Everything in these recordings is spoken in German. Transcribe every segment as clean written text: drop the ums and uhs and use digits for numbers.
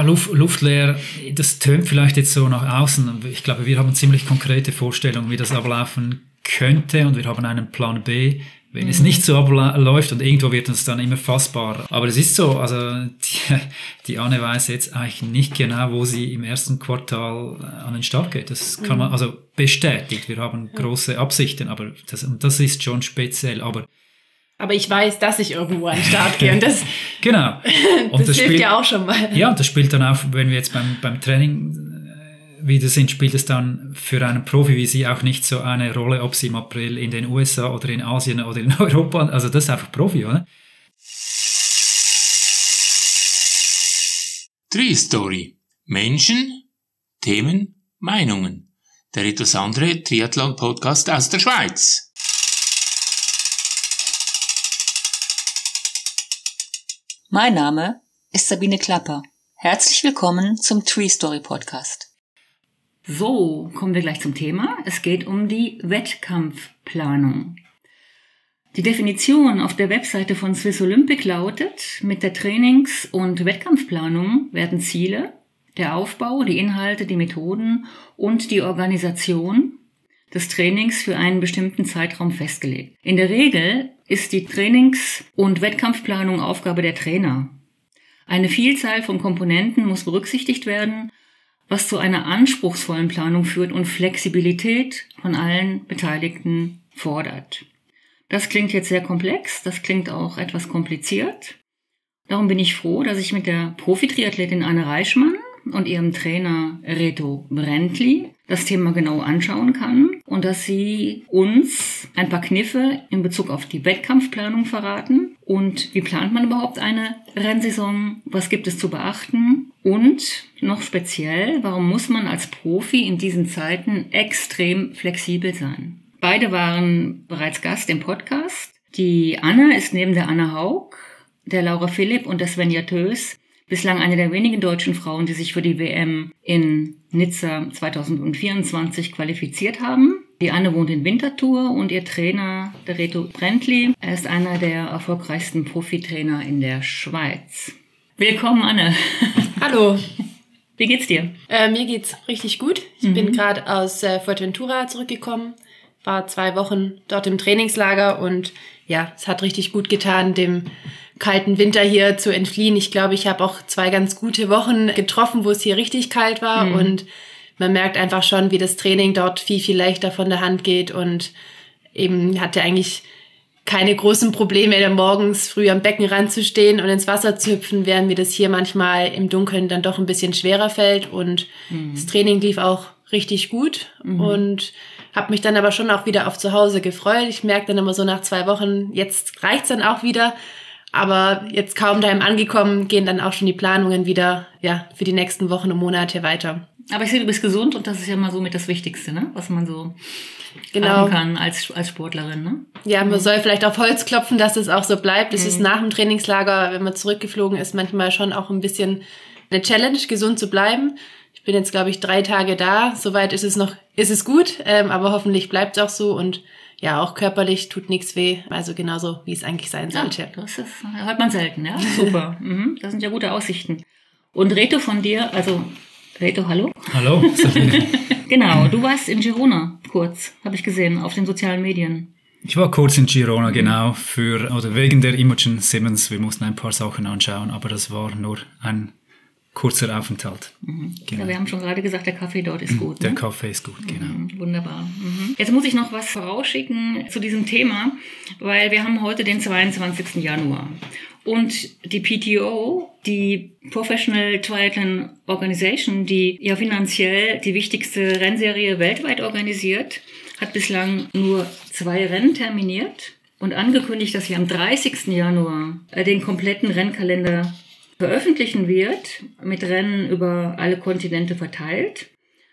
Luftleer, das tönt vielleicht jetzt so nach außen. Ich glaube, wir haben ziemlich konkrete Vorstellungen, wie das ablaufen könnte und wir haben einen Plan B, wenn es nicht so abläuft und irgendwo wird es dann immer fassbarer. Aber es ist so, also die Anne weiß jetzt eigentlich nicht genau, wo sie im ersten Quartal an den Start geht. Das kann man, also bestätigt, wir haben große Absichten, aber das ist schon speziell, aber ich weiß, dass ich irgendwo an den Start gehe. Und das, genau. Und das hilft ja auch schon mal. Ja, und das spielt dann auch, wenn wir jetzt beim Training wieder sind, spielt es dann für einen Profi wie Sie auch nicht so eine Rolle, ob Sie im April in den USA oder in Asien oder in Europa, also das ist einfach Profi, oder? Tree Story. Menschen, Themen, Meinungen. Der etwas andere Triathlon-Podcast aus der Schweiz. Mein Name ist Sabine Klapper. Herzlich willkommen zum Tree Story Podcast. So, kommen wir gleich zum Thema. Es geht um die Wettkampfplanung. Die Definition auf der Webseite von Swiss Olympic lautet: Mit der Trainings- und Wettkampfplanung werden Ziele, der Aufbau, die Inhalte, die Methoden und die Organisation des Trainings für einen bestimmten Zeitraum festgelegt. In der Regel ist die Trainings- und Wettkampfplanung Aufgabe der Trainer. Eine Vielzahl von Komponenten muss berücksichtigt werden, was zu einer anspruchsvollen Planung führt und Flexibilität von allen Beteiligten fordert. Das klingt jetzt sehr komplex, das klingt auch etwas kompliziert. Darum bin ich froh, dass ich mit der Profi-Triathletin Anne Reichmann und ihrem Trainer Reto Brändli das Thema genau anschauen kann und dass sie uns ein paar Kniffe in Bezug auf die Wettkampfplanung verraten und wie plant man überhaupt eine Rennsaison, was gibt es zu beachten und noch speziell, warum muss man als Profi in diesen Zeiten extrem flexibel sein. Beide waren bereits Gast im Podcast. Die Anne ist neben der Anne Haug, der Laura Philipp und der Svenja Tös bislang eine der wenigen deutschen Frauen, die sich für die WM in Nizza 2024 qualifiziert haben. Die Anne wohnt in Winterthur und ihr Trainer, der Reto Brändli, er ist einer der erfolgreichsten Profitrainer in der Schweiz. Willkommen, Anne. Hallo. Wie geht's dir? Mir geht's richtig gut. Ich bin gerade aus Fuerteventura zurückgekommen, war 2 Wochen dort im Trainingslager und ja, es hat richtig gut getan, dem kalten Winter hier zu entfliehen. Ich glaube, ich habe auch 2 ganz gute Wochen getroffen, wo es hier richtig kalt war und man merkt einfach schon, wie das Training dort viel, viel leichter von der Hand geht und eben hatte eigentlich keine großen Probleme, da morgens früh am Beckenrand zu stehen und ins Wasser zu hüpfen, während mir das hier manchmal im Dunkeln dann doch ein bisschen schwerer fällt und das Training lief auch richtig gut und habe mich dann aber schon auch wieder auf zu Hause gefreut. Ich merke dann immer so nach 2 Wochen, jetzt reicht's dann auch wieder. Aber jetzt kaum daheim angekommen, gehen dann auch schon die Planungen wieder für die nächsten Wochen und Monate weiter. Aber ich sehe, du bist gesund und das ist ja mal so mit das Wichtigste, ne? Was man so haben kann als Sportlerin. Ne? Ja, man soll vielleicht auf Holz klopfen, dass es auch so bleibt. Es ist nach dem Trainingslager, wenn man zurückgeflogen ist, manchmal schon auch ein bisschen eine Challenge, gesund zu bleiben. Ich bin jetzt, glaube ich, 3 Tage da. Soweit ist es gut, aber hoffentlich bleibt es auch so und ja, auch körperlich tut nichts weh, also genauso, wie es eigentlich sein sollte. Ja, das hört man selten, ja, super. Das sind ja gute Aussichten. Und Reto von dir, also Reto, hallo? Hallo, Sabine. Genau, du warst in Girona kurz, habe ich gesehen, auf den sozialen Medien. Ich war kurz in Girona, genau, wegen der Imogen Simmons. Wir mussten ein paar Sachen anschauen, aber das war nur ein kurzer Aufenthalt. Genau. Ja, wir haben schon gerade gesagt, der Kaffee dort ist gut. Der ne? Kaffee ist gut, genau. Wunderbar. Jetzt muss ich noch was vorausschicken zu diesem Thema, weil wir haben heute den 22. Januar. Und die PTO, die Professional Triathlon Organization, die ja finanziell die wichtigste Rennserie weltweit organisiert, hat bislang nur 2 Rennen terminiert und angekündigt, dass sie am 30. Januar den kompletten Rennkalender veröffentlichen wird, mit Rennen über alle Kontinente verteilt.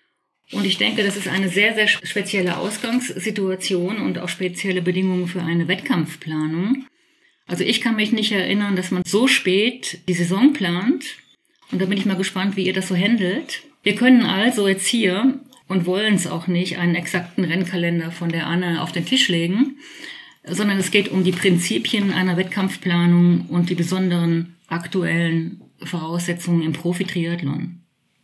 Und ich denke, das ist eine sehr, sehr spezielle Ausgangssituation und auch spezielle Bedingungen für eine Wettkampfplanung. Also ich kann mich nicht erinnern, dass man so spät die Saison plant. Und da bin ich mal gespannt, wie ihr das so handelt. Wir können also jetzt hier und wollen es auch nicht, einen exakten Rennkalender von der Anne auf den Tisch legen, sondern es geht um die Prinzipien einer Wettkampfplanung und die besonderen aktuellen Wettkampfvoraussetzungen im Profi-Triathlon.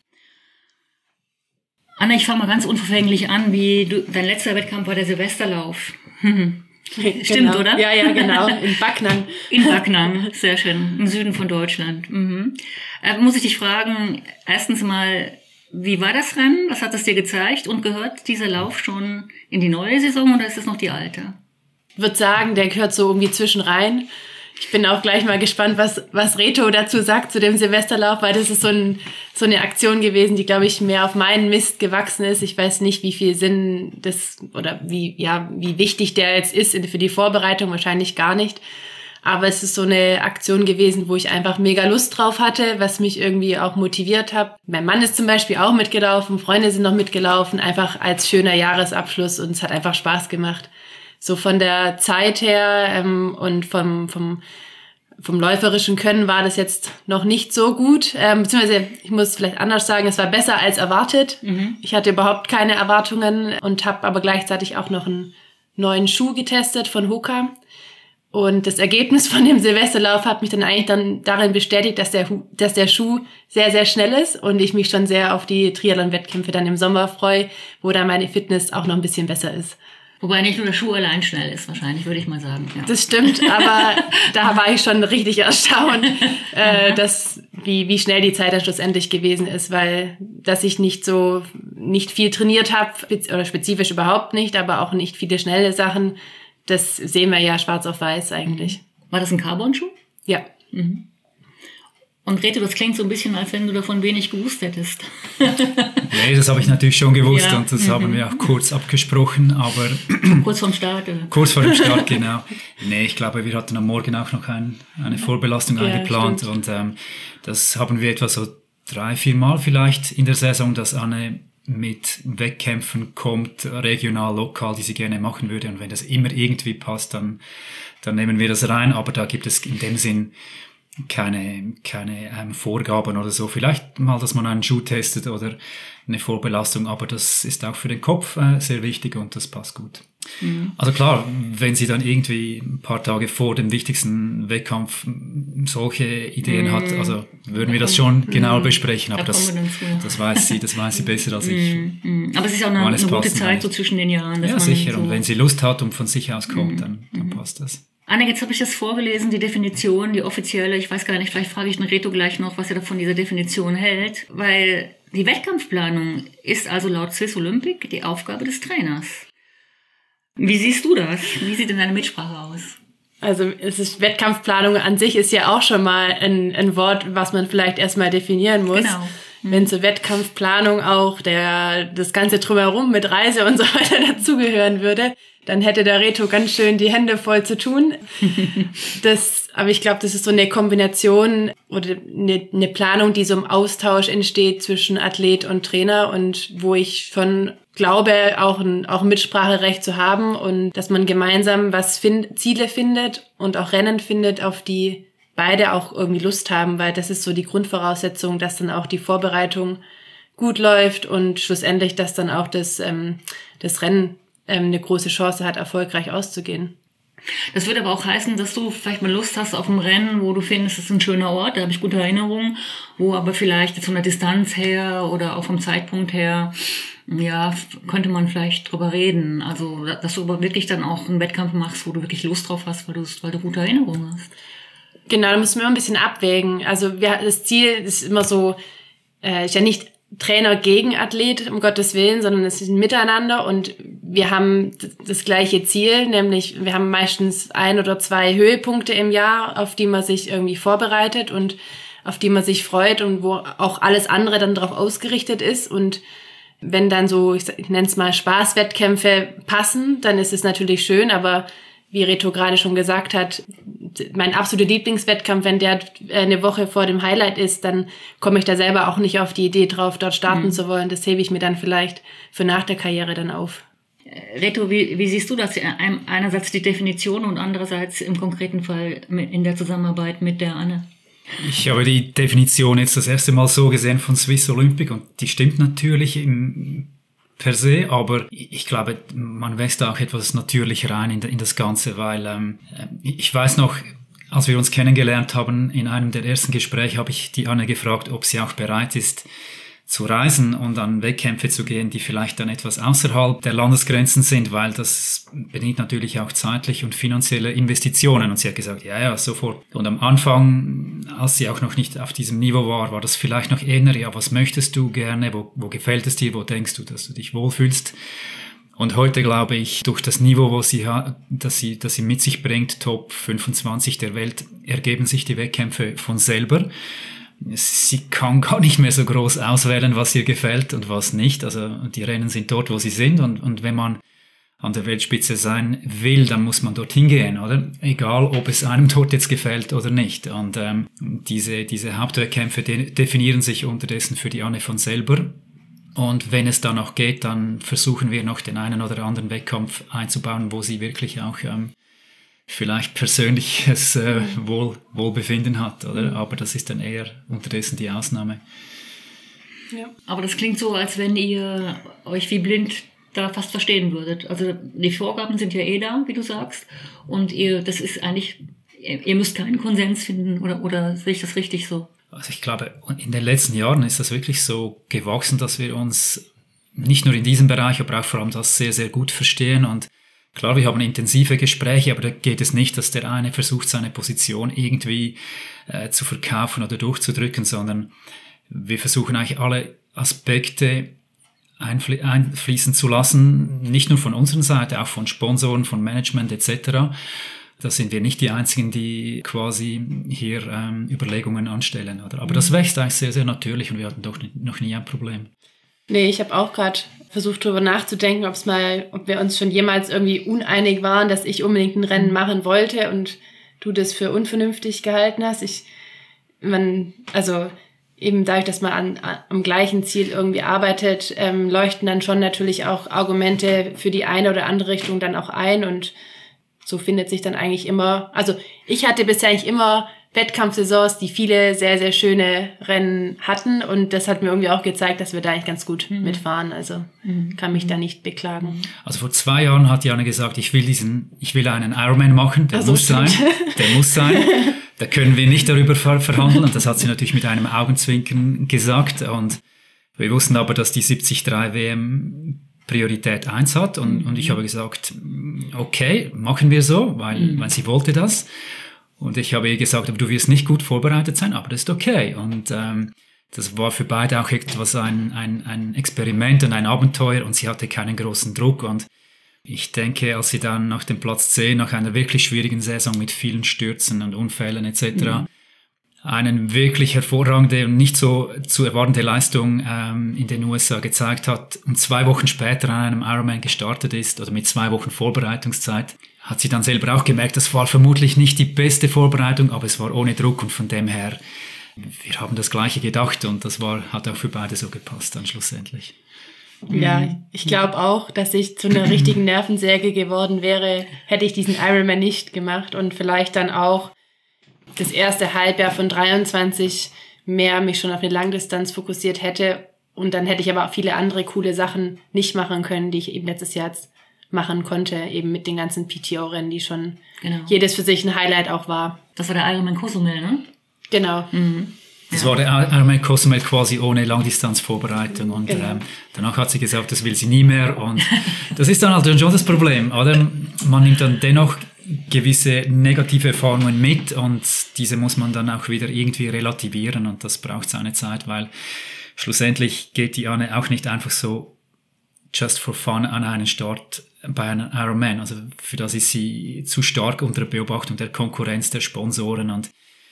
Anna, ich fange mal ganz unverfänglich an, dein letzter Wettkampf war der Silvesterlauf. Stimmt, genau. Oder? Ja, genau, in Backnang. In Backnang, sehr schön, im Süden von Deutschland. Muss ich dich fragen, erstens mal, wie war das Rennen? Was hat es dir gezeigt? Und gehört dieser Lauf schon in die neue Saison oder ist es noch die alte? Ich würde sagen, der gehört so irgendwie zwischen rein. Ich bin auch gleich mal gespannt, was Reto dazu sagt zu dem Silvesterlauf, weil das ist so eine Aktion gewesen, die, glaube ich, mehr auf meinen Mist gewachsen ist. Ich weiß nicht, wie viel Sinn das oder wie wichtig der jetzt ist für die Vorbereitung, wahrscheinlich gar nicht. Aber es ist so eine Aktion gewesen, wo ich einfach mega Lust drauf hatte, was mich irgendwie auch motiviert hat. Mein Mann ist zum Beispiel auch mitgelaufen, Freunde sind noch mitgelaufen, einfach als schöner Jahresabschluss und es hat einfach Spaß gemacht. So von der Zeit her und vom läuferischen Können war das jetzt noch nicht so gut. Beziehungsweise, ich muss vielleicht anders sagen, es war besser als erwartet. Ich hatte überhaupt keine Erwartungen und habe aber gleichzeitig auch noch einen neuen Schuh getestet von Hoka. Und das Ergebnis von dem Silvesterlauf hat mich dann eigentlich darin bestätigt, dass der Schuh sehr, sehr schnell ist und ich mich schon sehr auf die Triathlon-Wettkämpfe dann im Sommer freue, wo dann meine Fitness auch noch ein bisschen besser ist. Wobei nicht nur der Schuh allein schnell ist, wahrscheinlich, würde ich mal sagen. Ja. Das stimmt, aber da war ich schon richtig erstaunt, wie schnell die Zeit dann schlussendlich gewesen ist, weil dass ich nicht viel trainiert habe, oder spezifisch überhaupt nicht, aber auch nicht viele schnelle Sachen, das sehen wir ja schwarz auf weiß eigentlich. War das ein Carbon-Schuh? Ja. Und Reto, das klingt so ein bisschen, als wenn du davon wenig gewusst hättest. Nee, das habe ich natürlich schon gewusst und das haben wir auch kurz abgesprochen, aber... Kurz vorm Start, oder? Kurz vor dem Start, genau. Nee, ich glaube, wir hatten am Morgen auch noch eine Vorbelastung eingeplant und das haben wir etwa so 3-4 Mal vielleicht in der Saison, dass Anne mit Wettkämpfen kommt, regional, lokal, die sie gerne machen würde und wenn das immer irgendwie passt, dann nehmen wir das rein, aber da gibt es in dem Sinn keine Vorgaben oder so. Vielleicht mal, dass man einen Schuh testet oder eine Vorbelastung, aber das ist auch für den Kopf sehr wichtig und das passt gut. Also klar, wenn sie dann irgendwie ein paar Tage vor dem wichtigsten Wettkampf solche Ideen hat, also würden wir das schon genau besprechen, aber das weiß sie besser als ich. Aber es ist auch eine gute Zeit so zwischen den Jahren. Ja, sicher, so und wenn sie Lust hat und von sich aus kommt, dann passt das. Anna, jetzt habe ich das vorgelesen, die Definition, die offizielle. Ich weiß gar nicht, vielleicht frage ich den Reto gleich noch, was er von dieser Definition hält. Weil die Wettkampfplanung ist also laut Swiss Olympic die Aufgabe des Trainers. Wie siehst du das? Wie sieht denn deine Mitsprache aus? Also Wettkampfplanung an sich ist ja auch schon mal ein Wort, was man vielleicht erstmal definieren muss. Genau. Wenn zur Wettkampfplanung auch das Ganze drumherum mit Reise und so weiter dazugehören würde, dann hätte der Reto ganz schön die Hände voll zu tun. Aber ich glaube, das ist so eine Kombination oder eine Planung, die so im Austausch entsteht zwischen Athlet und Trainer und wo ich schon glaube, auch ein Mitspracherecht zu haben und dass man gemeinsam Ziele findet und auch Rennen findet, auf die beide auch irgendwie Lust haben, weil das ist so die Grundvoraussetzung, dass dann auch die Vorbereitung gut läuft und schlussendlich, dass dann auch das Rennen eine große Chance hat, erfolgreich auszugehen. Das würde aber auch heißen, dass du vielleicht mal Lust hast auf ein Rennen, wo du findest, es ist ein schöner Ort, da habe ich gute Erinnerungen, wo aber vielleicht von der Distanz her oder auch vom Zeitpunkt her, ja, könnte man vielleicht drüber reden. Also, dass du aber wirklich dann auch einen Wettkampf machst, wo du wirklich Lust drauf hast, weil du gute Erinnerungen hast. Genau, da müssen wir ein bisschen abwägen. Also das Ziel ist immer so, ist ja nicht Trainer gegen Athlet, um Gottes Willen, sondern es ist ein Miteinander und wir haben das gleiche Ziel, nämlich wir haben meistens 1 oder 2 Höhepunkte im Jahr, auf die man sich irgendwie vorbereitet und auf die man sich freut und wo auch alles andere dann darauf ausgerichtet ist und wenn dann so, ich nenne es mal Spaßwettkämpfe passen, dann ist es natürlich schön, aber wie Reto gerade schon gesagt hat, mein absoluter Lieblingswettkampf, wenn der eine Woche vor dem Highlight ist, dann komme ich da selber auch nicht auf die Idee drauf, dort starten zu wollen. Das hebe ich mir dann vielleicht für nach der Karriere dann auf. Reto, wie siehst du das? Einerseits die Definition und andererseits im konkreten Fall in der Zusammenarbeit mit der Anne? Ich habe die Definition jetzt das erste Mal so gesehen von Swiss Olympic und die stimmt natürlich per se, aber ich glaube, man wächst da auch etwas natürlich rein in das Ganze, weil ich weiß noch, als wir uns kennengelernt haben, in einem der ersten Gespräche habe ich die Anne gefragt, ob sie auch bereit ist, zu reisen und an Wettkämpfe zu gehen, die vielleicht dann etwas außerhalb der Landesgrenzen sind, weil das bedingt natürlich auch zeitliche und finanzielle Investitionen. Und sie hat gesagt, ja, sofort. Und am Anfang, als sie auch noch nicht auf diesem Niveau war das vielleicht noch eher, ja, was möchtest du gerne, wo gefällt es dir, wo denkst du, dass du dich wohlfühlst? Und heute glaube ich, durch das Niveau, das sie mit sich bringt, Top 25 der Welt, ergeben sich die Wettkämpfe von selber. Sie kann gar nicht mehr so groß auswählen, was ihr gefällt und was nicht. Also die Rennen sind dort, wo sie sind. Und wenn man an der Weltspitze sein will, dann muss man dorthin gehen, oder? Egal, ob es einem dort jetzt gefällt oder nicht. Und diese Hauptwettkämpfe definieren sich unterdessen für die Anne von selber. Und wenn es dann noch geht, dann versuchen wir noch den einen oder anderen Wettkampf einzubauen, wo sie wirklich auch vielleicht persönliches Wohlbefinden hat, oder? Aber das ist dann eher unterdessen die Ausnahme. Ja. Aber das klingt so, als wenn ihr euch wie blind da fast verstehen würdet. Also die Vorgaben sind ja da, wie du sagst. Und ihr müsst keinen Konsens finden, oder sehe ich das richtig so? Also ich glaube, in den letzten Jahren ist das wirklich so gewachsen, dass wir uns nicht nur in diesem Bereich, aber auch vor allem das sehr, sehr gut verstehen. Und klar, wir haben intensive Gespräche, aber da geht es nicht, dass der eine versucht, seine Position irgendwie zu verkaufen oder durchzudrücken, sondern wir versuchen eigentlich alle Aspekte einfließen zu lassen, nicht nur von unserer Seite, auch von Sponsoren, von Management etc. Da sind wir nicht die Einzigen, die quasi hier Überlegungen anstellen, oder? Aber das wächst eigentlich sehr, sehr natürlich und wir hatten doch noch nie ein Problem. Nee, ich habe auch gerade versucht, darüber nachzudenken, ob wir uns schon jemals irgendwie uneinig waren, dass ich unbedingt ein Rennen machen wollte und du das für unvernünftig gehalten hast. Eben dadurch, dass man am gleichen Ziel irgendwie arbeitet, leuchten dann schon natürlich auch Argumente für die eine oder andere Richtung dann auch ein und so findet sich dann eigentlich immer, also ich hatte bisher eigentlich immer Wettkampfsaisons, die viele sehr, sehr schöne Rennen hatten und das hat mir irgendwie auch gezeigt, dass wir da eigentlich ganz gut mitfahren, also kann mich da nicht beklagen. Also vor 2 Jahren hat Jana gesagt, ich will einen Ironman machen, der muss sein, da können wir nicht darüber verhandeln und das hat sie natürlich mit einem Augenzwinkern gesagt und wir wussten aber, dass die 73 WM Priorität 1 hat und ich habe gesagt, okay, machen wir so, weil sie wollte das. Und ich habe ihr gesagt, aber du wirst nicht gut vorbereitet sein, aber das ist okay. Und das war für beide auch etwas ein Experiment und ein Abenteuer und sie hatte keinen großen Druck. Und ich denke, als sie dann nach dem Platz 10, nach einer wirklich schwierigen Saison mit vielen Stürzen und Unfällen etc., einen wirklich hervorragende und nicht so zu erwartende Leistung in den USA gezeigt hat und 2 Wochen später an einem Ironman gestartet ist, oder mit 2 Wochen Vorbereitungszeit, hat sie dann selber auch gemerkt, das war vermutlich nicht die beste Vorbereitung, aber es war ohne Druck und von dem her, wir haben das Gleiche gedacht und das hat auch für beide so gepasst dann schlussendlich. Ja, ich glaube auch, dass ich zu einer richtigen Nervensäge geworden wäre, hätte ich diesen Ironman nicht gemacht und vielleicht dann auch das erste Halbjahr von 23 mehr mich schon auf eine Langdistanz fokussiert hätte und dann hätte ich aber auch viele andere coole Sachen nicht machen können, die ich eben letztes Jahr jetzt machen konnte, eben mit den ganzen PTO-Rennen, die schon jedes für sich ein Highlight auch war. Das war der Ironman Cozumel, ne? Genau. Das war der Ironman Cozumel quasi ohne Langdistanzvorbereitung und danach hat sie gesagt, das will sie nie mehr und das ist dann halt schon das Problem, oder? Man nimmt dann dennoch gewisse negative Erfahrungen mit und diese muss man dann auch wieder irgendwie relativieren und das braucht seine Zeit, weil schlussendlich geht die Anne auch nicht einfach so just for fun an einen Start bei einem Ironman. Also für das ist sie zu stark unter der Beobachtung der Konkurrenz, der Sponsoren und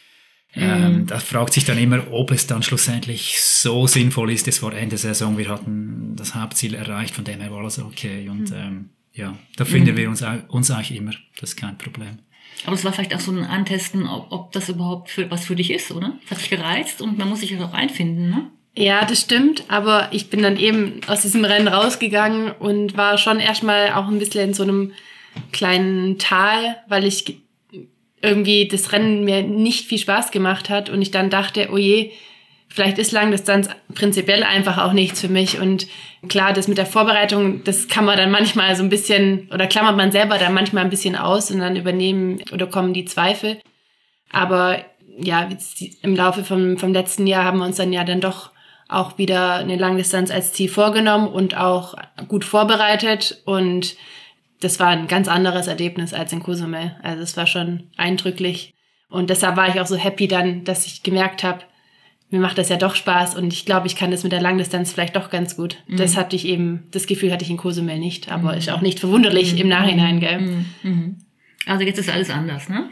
da fragt sich dann immer, ob es dann schlussendlich so sinnvoll ist. Es war Ende Saison, wir hatten das Hauptziel erreicht, von dem her war alles okay und da finden wir uns eigentlich immer, das ist kein Problem. Aber es war vielleicht auch so ein Antesten, ob das überhaupt was für dich ist, oder? Das hat dich gereizt und man muss sich auch einfinden, ne? Ja, das stimmt, aber ich bin dann eben aus diesem Rennen rausgegangen und war schon erstmal auch ein bisschen in so einem kleinen Tal, weil ich irgendwie das Rennen mir nicht viel Spaß gemacht hat und ich dann dachte, oh je, vielleicht ist Langdistanz prinzipiell einfach auch nichts für mich. Und klar, das mit der Vorbereitung, das kann man dann manchmal so ein bisschen, oder klammert man selber dann manchmal ein bisschen aus und dann kommen die Zweifel. Aber ja, im Laufe vom letzten Jahr haben wir uns dann doch auch wieder eine Langdistanz als Ziel vorgenommen und auch gut vorbereitet. Und das war ein ganz anderes Erlebnis als in Cozumel. Also es war schon eindrücklich. Und deshalb war ich auch so happy dann, dass ich gemerkt habe, mir macht das ja doch Spaß und ich glaube, ich kann das mit der Langdistanz vielleicht doch ganz gut. Das Gefühl hatte ich in Cozumel nicht, aber ist auch nicht verwunderlich im Nachhinein, gell? Also jetzt ist alles anders, ne?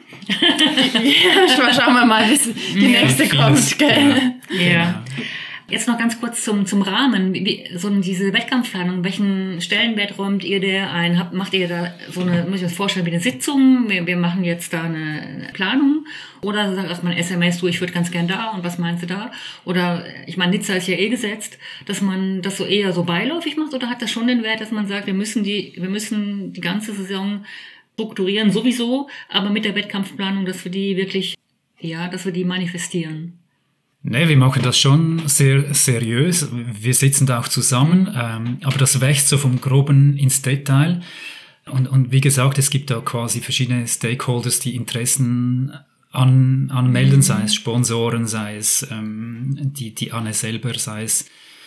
Ja, schauen wir mal, bis die nächste kommt, gell? Ja. Jetzt noch ganz kurz zum Rahmen. Diese Wettkampfplanung, welchen Stellenwert räumt ihr der ein? Macht ihr da so eine, muss ich mir das vorstellen, wie eine Sitzung? Wir machen jetzt da eine Planung. Oder sagt man SMS, ich würde ganz gern da und was meinst du da? Oder, ich meine, Nizza ist ja gesetzt, dass man das so eher so beiläufig macht, oder hat das schon den Wert, dass man sagt, wir müssen die ganze Saison strukturieren sowieso, aber mit der Wettkampfplanung, dass wir die wirklich, dass wir die manifestieren? Nee, wir machen das schon sehr seriös. Wir sitzen da auch zusammen, aber das wächst so vom Groben ins Detail. Und wie gesagt, es gibt da quasi verschiedene Stakeholders, die Interessen anmelden, sei es Sponsoren, sei es die Anne selber, sei es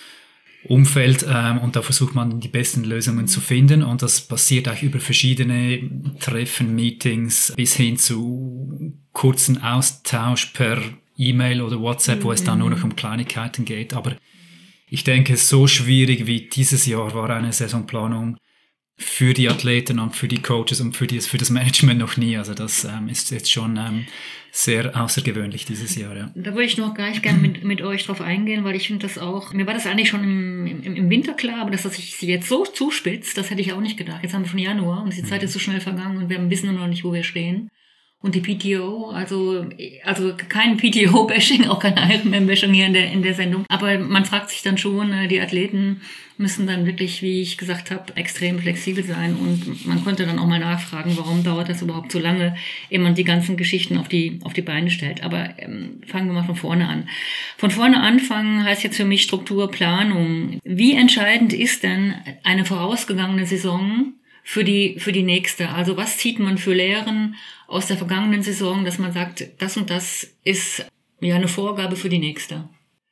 Umfeld, und da versucht man die besten Lösungen zu finden, und das passiert auch über verschiedene Treffen, Meetings bis hin zu kurzen Austausch per E-Mail oder WhatsApp, wo es dann nur noch um Kleinigkeiten geht. Aber ich denke, so schwierig wie dieses Jahr war eine Saisonplanung für die Athleten und für die Coaches und für das Management noch nie. Also das ist jetzt schon sehr außergewöhnlich dieses Jahr. Ja. Da würde ich noch gleich gerne mit euch drauf eingehen, weil ich finde das auch, mir war das eigentlich schon im Winter klar, aber dass das sich jetzt so zuspitzt, das hätte ich auch nicht gedacht. Jetzt haben wir schon Januar und die Zeit ist so schnell vergangen und wir wissen noch nicht, wo wir stehen. Und die PTO, also kein PTO-Bashing, auch kein Ironman-Bashing hier in der Sendung. Aber man fragt sich dann schon, die Athleten müssen dann wirklich, wie ich gesagt habe, extrem flexibel sein. Und man konnte dann auch mal nachfragen, warum dauert das überhaupt so lange, ehe man die ganzen Geschichten auf die Beine stellt. Aber fangen wir mal von vorne an. Von vorne anfangen heißt jetzt für mich Strukturplanung. Wie entscheidend ist denn eine vorausgegangene Saison für die nächste? Also was zieht man für Lehren aus der vergangenen Saison, dass man sagt, das und das ist ja eine Vorgabe für die nächste?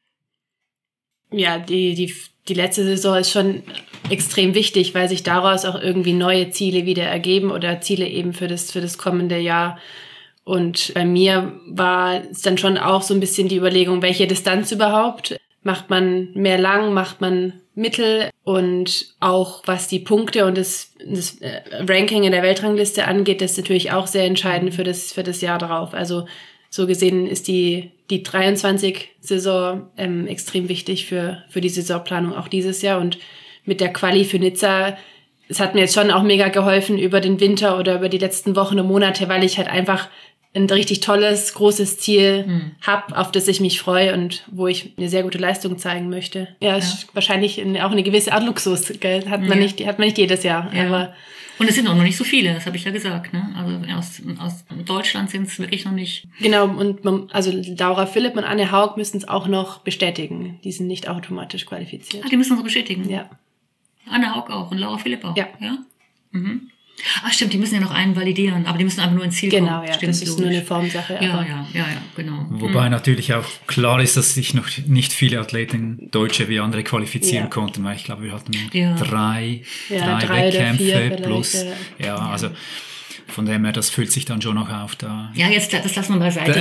Ja, die letzte Saison ist schon extrem wichtig, weil sich daraus auch irgendwie neue Ziele wieder ergeben oder Ziele eben für das kommende Jahr. Und bei mir war es dann schon auch so ein bisschen die Überlegung, welche Distanz überhaupt? Macht man mehr lang, macht man mittel, und auch was die Punkte und das Ranking in der Weltrangliste angeht, das ist natürlich auch sehr entscheidend für das Jahr darauf. Also so gesehen ist die 23-Saison extrem wichtig für die Saisonplanung auch dieses Jahr. Und mit der Quali für Nizza, es hat mir jetzt schon auch mega geholfen über den Winter oder über die letzten Wochen und Monate, weil ich halt einfach ein richtig tolles, großes Ziel habe, auf das ich mich freue und wo ich eine sehr gute Leistung zeigen möchte. Ja, ist wahrscheinlich auch eine gewisse Art Luxus, gell? Hat man nicht jedes Jahr. Ja. Aber und es sind auch noch nicht so viele, das habe ich ja gesagt, ne? Also aus Deutschland sind es wirklich noch nicht. Genau, und also Laura Philipp und Anne Haug müssen es auch noch bestätigen. Die sind nicht automatisch qualifiziert. Ah, die müssen es noch bestätigen? Ja. Anne Haug auch und Laura Philipp auch? Ja. Mhm. Ach stimmt, die müssen ja noch einen validieren, aber die müssen einfach nur ins Ziel kommen. Genau, ja, stimmt, das ist nur eine Formsache. Ja, genau. Wobei natürlich auch klar ist, dass sich noch nicht viele Athleten, Deutsche wie andere, qualifizieren konnten, weil ich glaube, wir hatten drei Wettkämpfe plus. Ja, also von dem her, das füllt sich dann schon noch auf. Da. Ja, jetzt das lassen wir beiseite.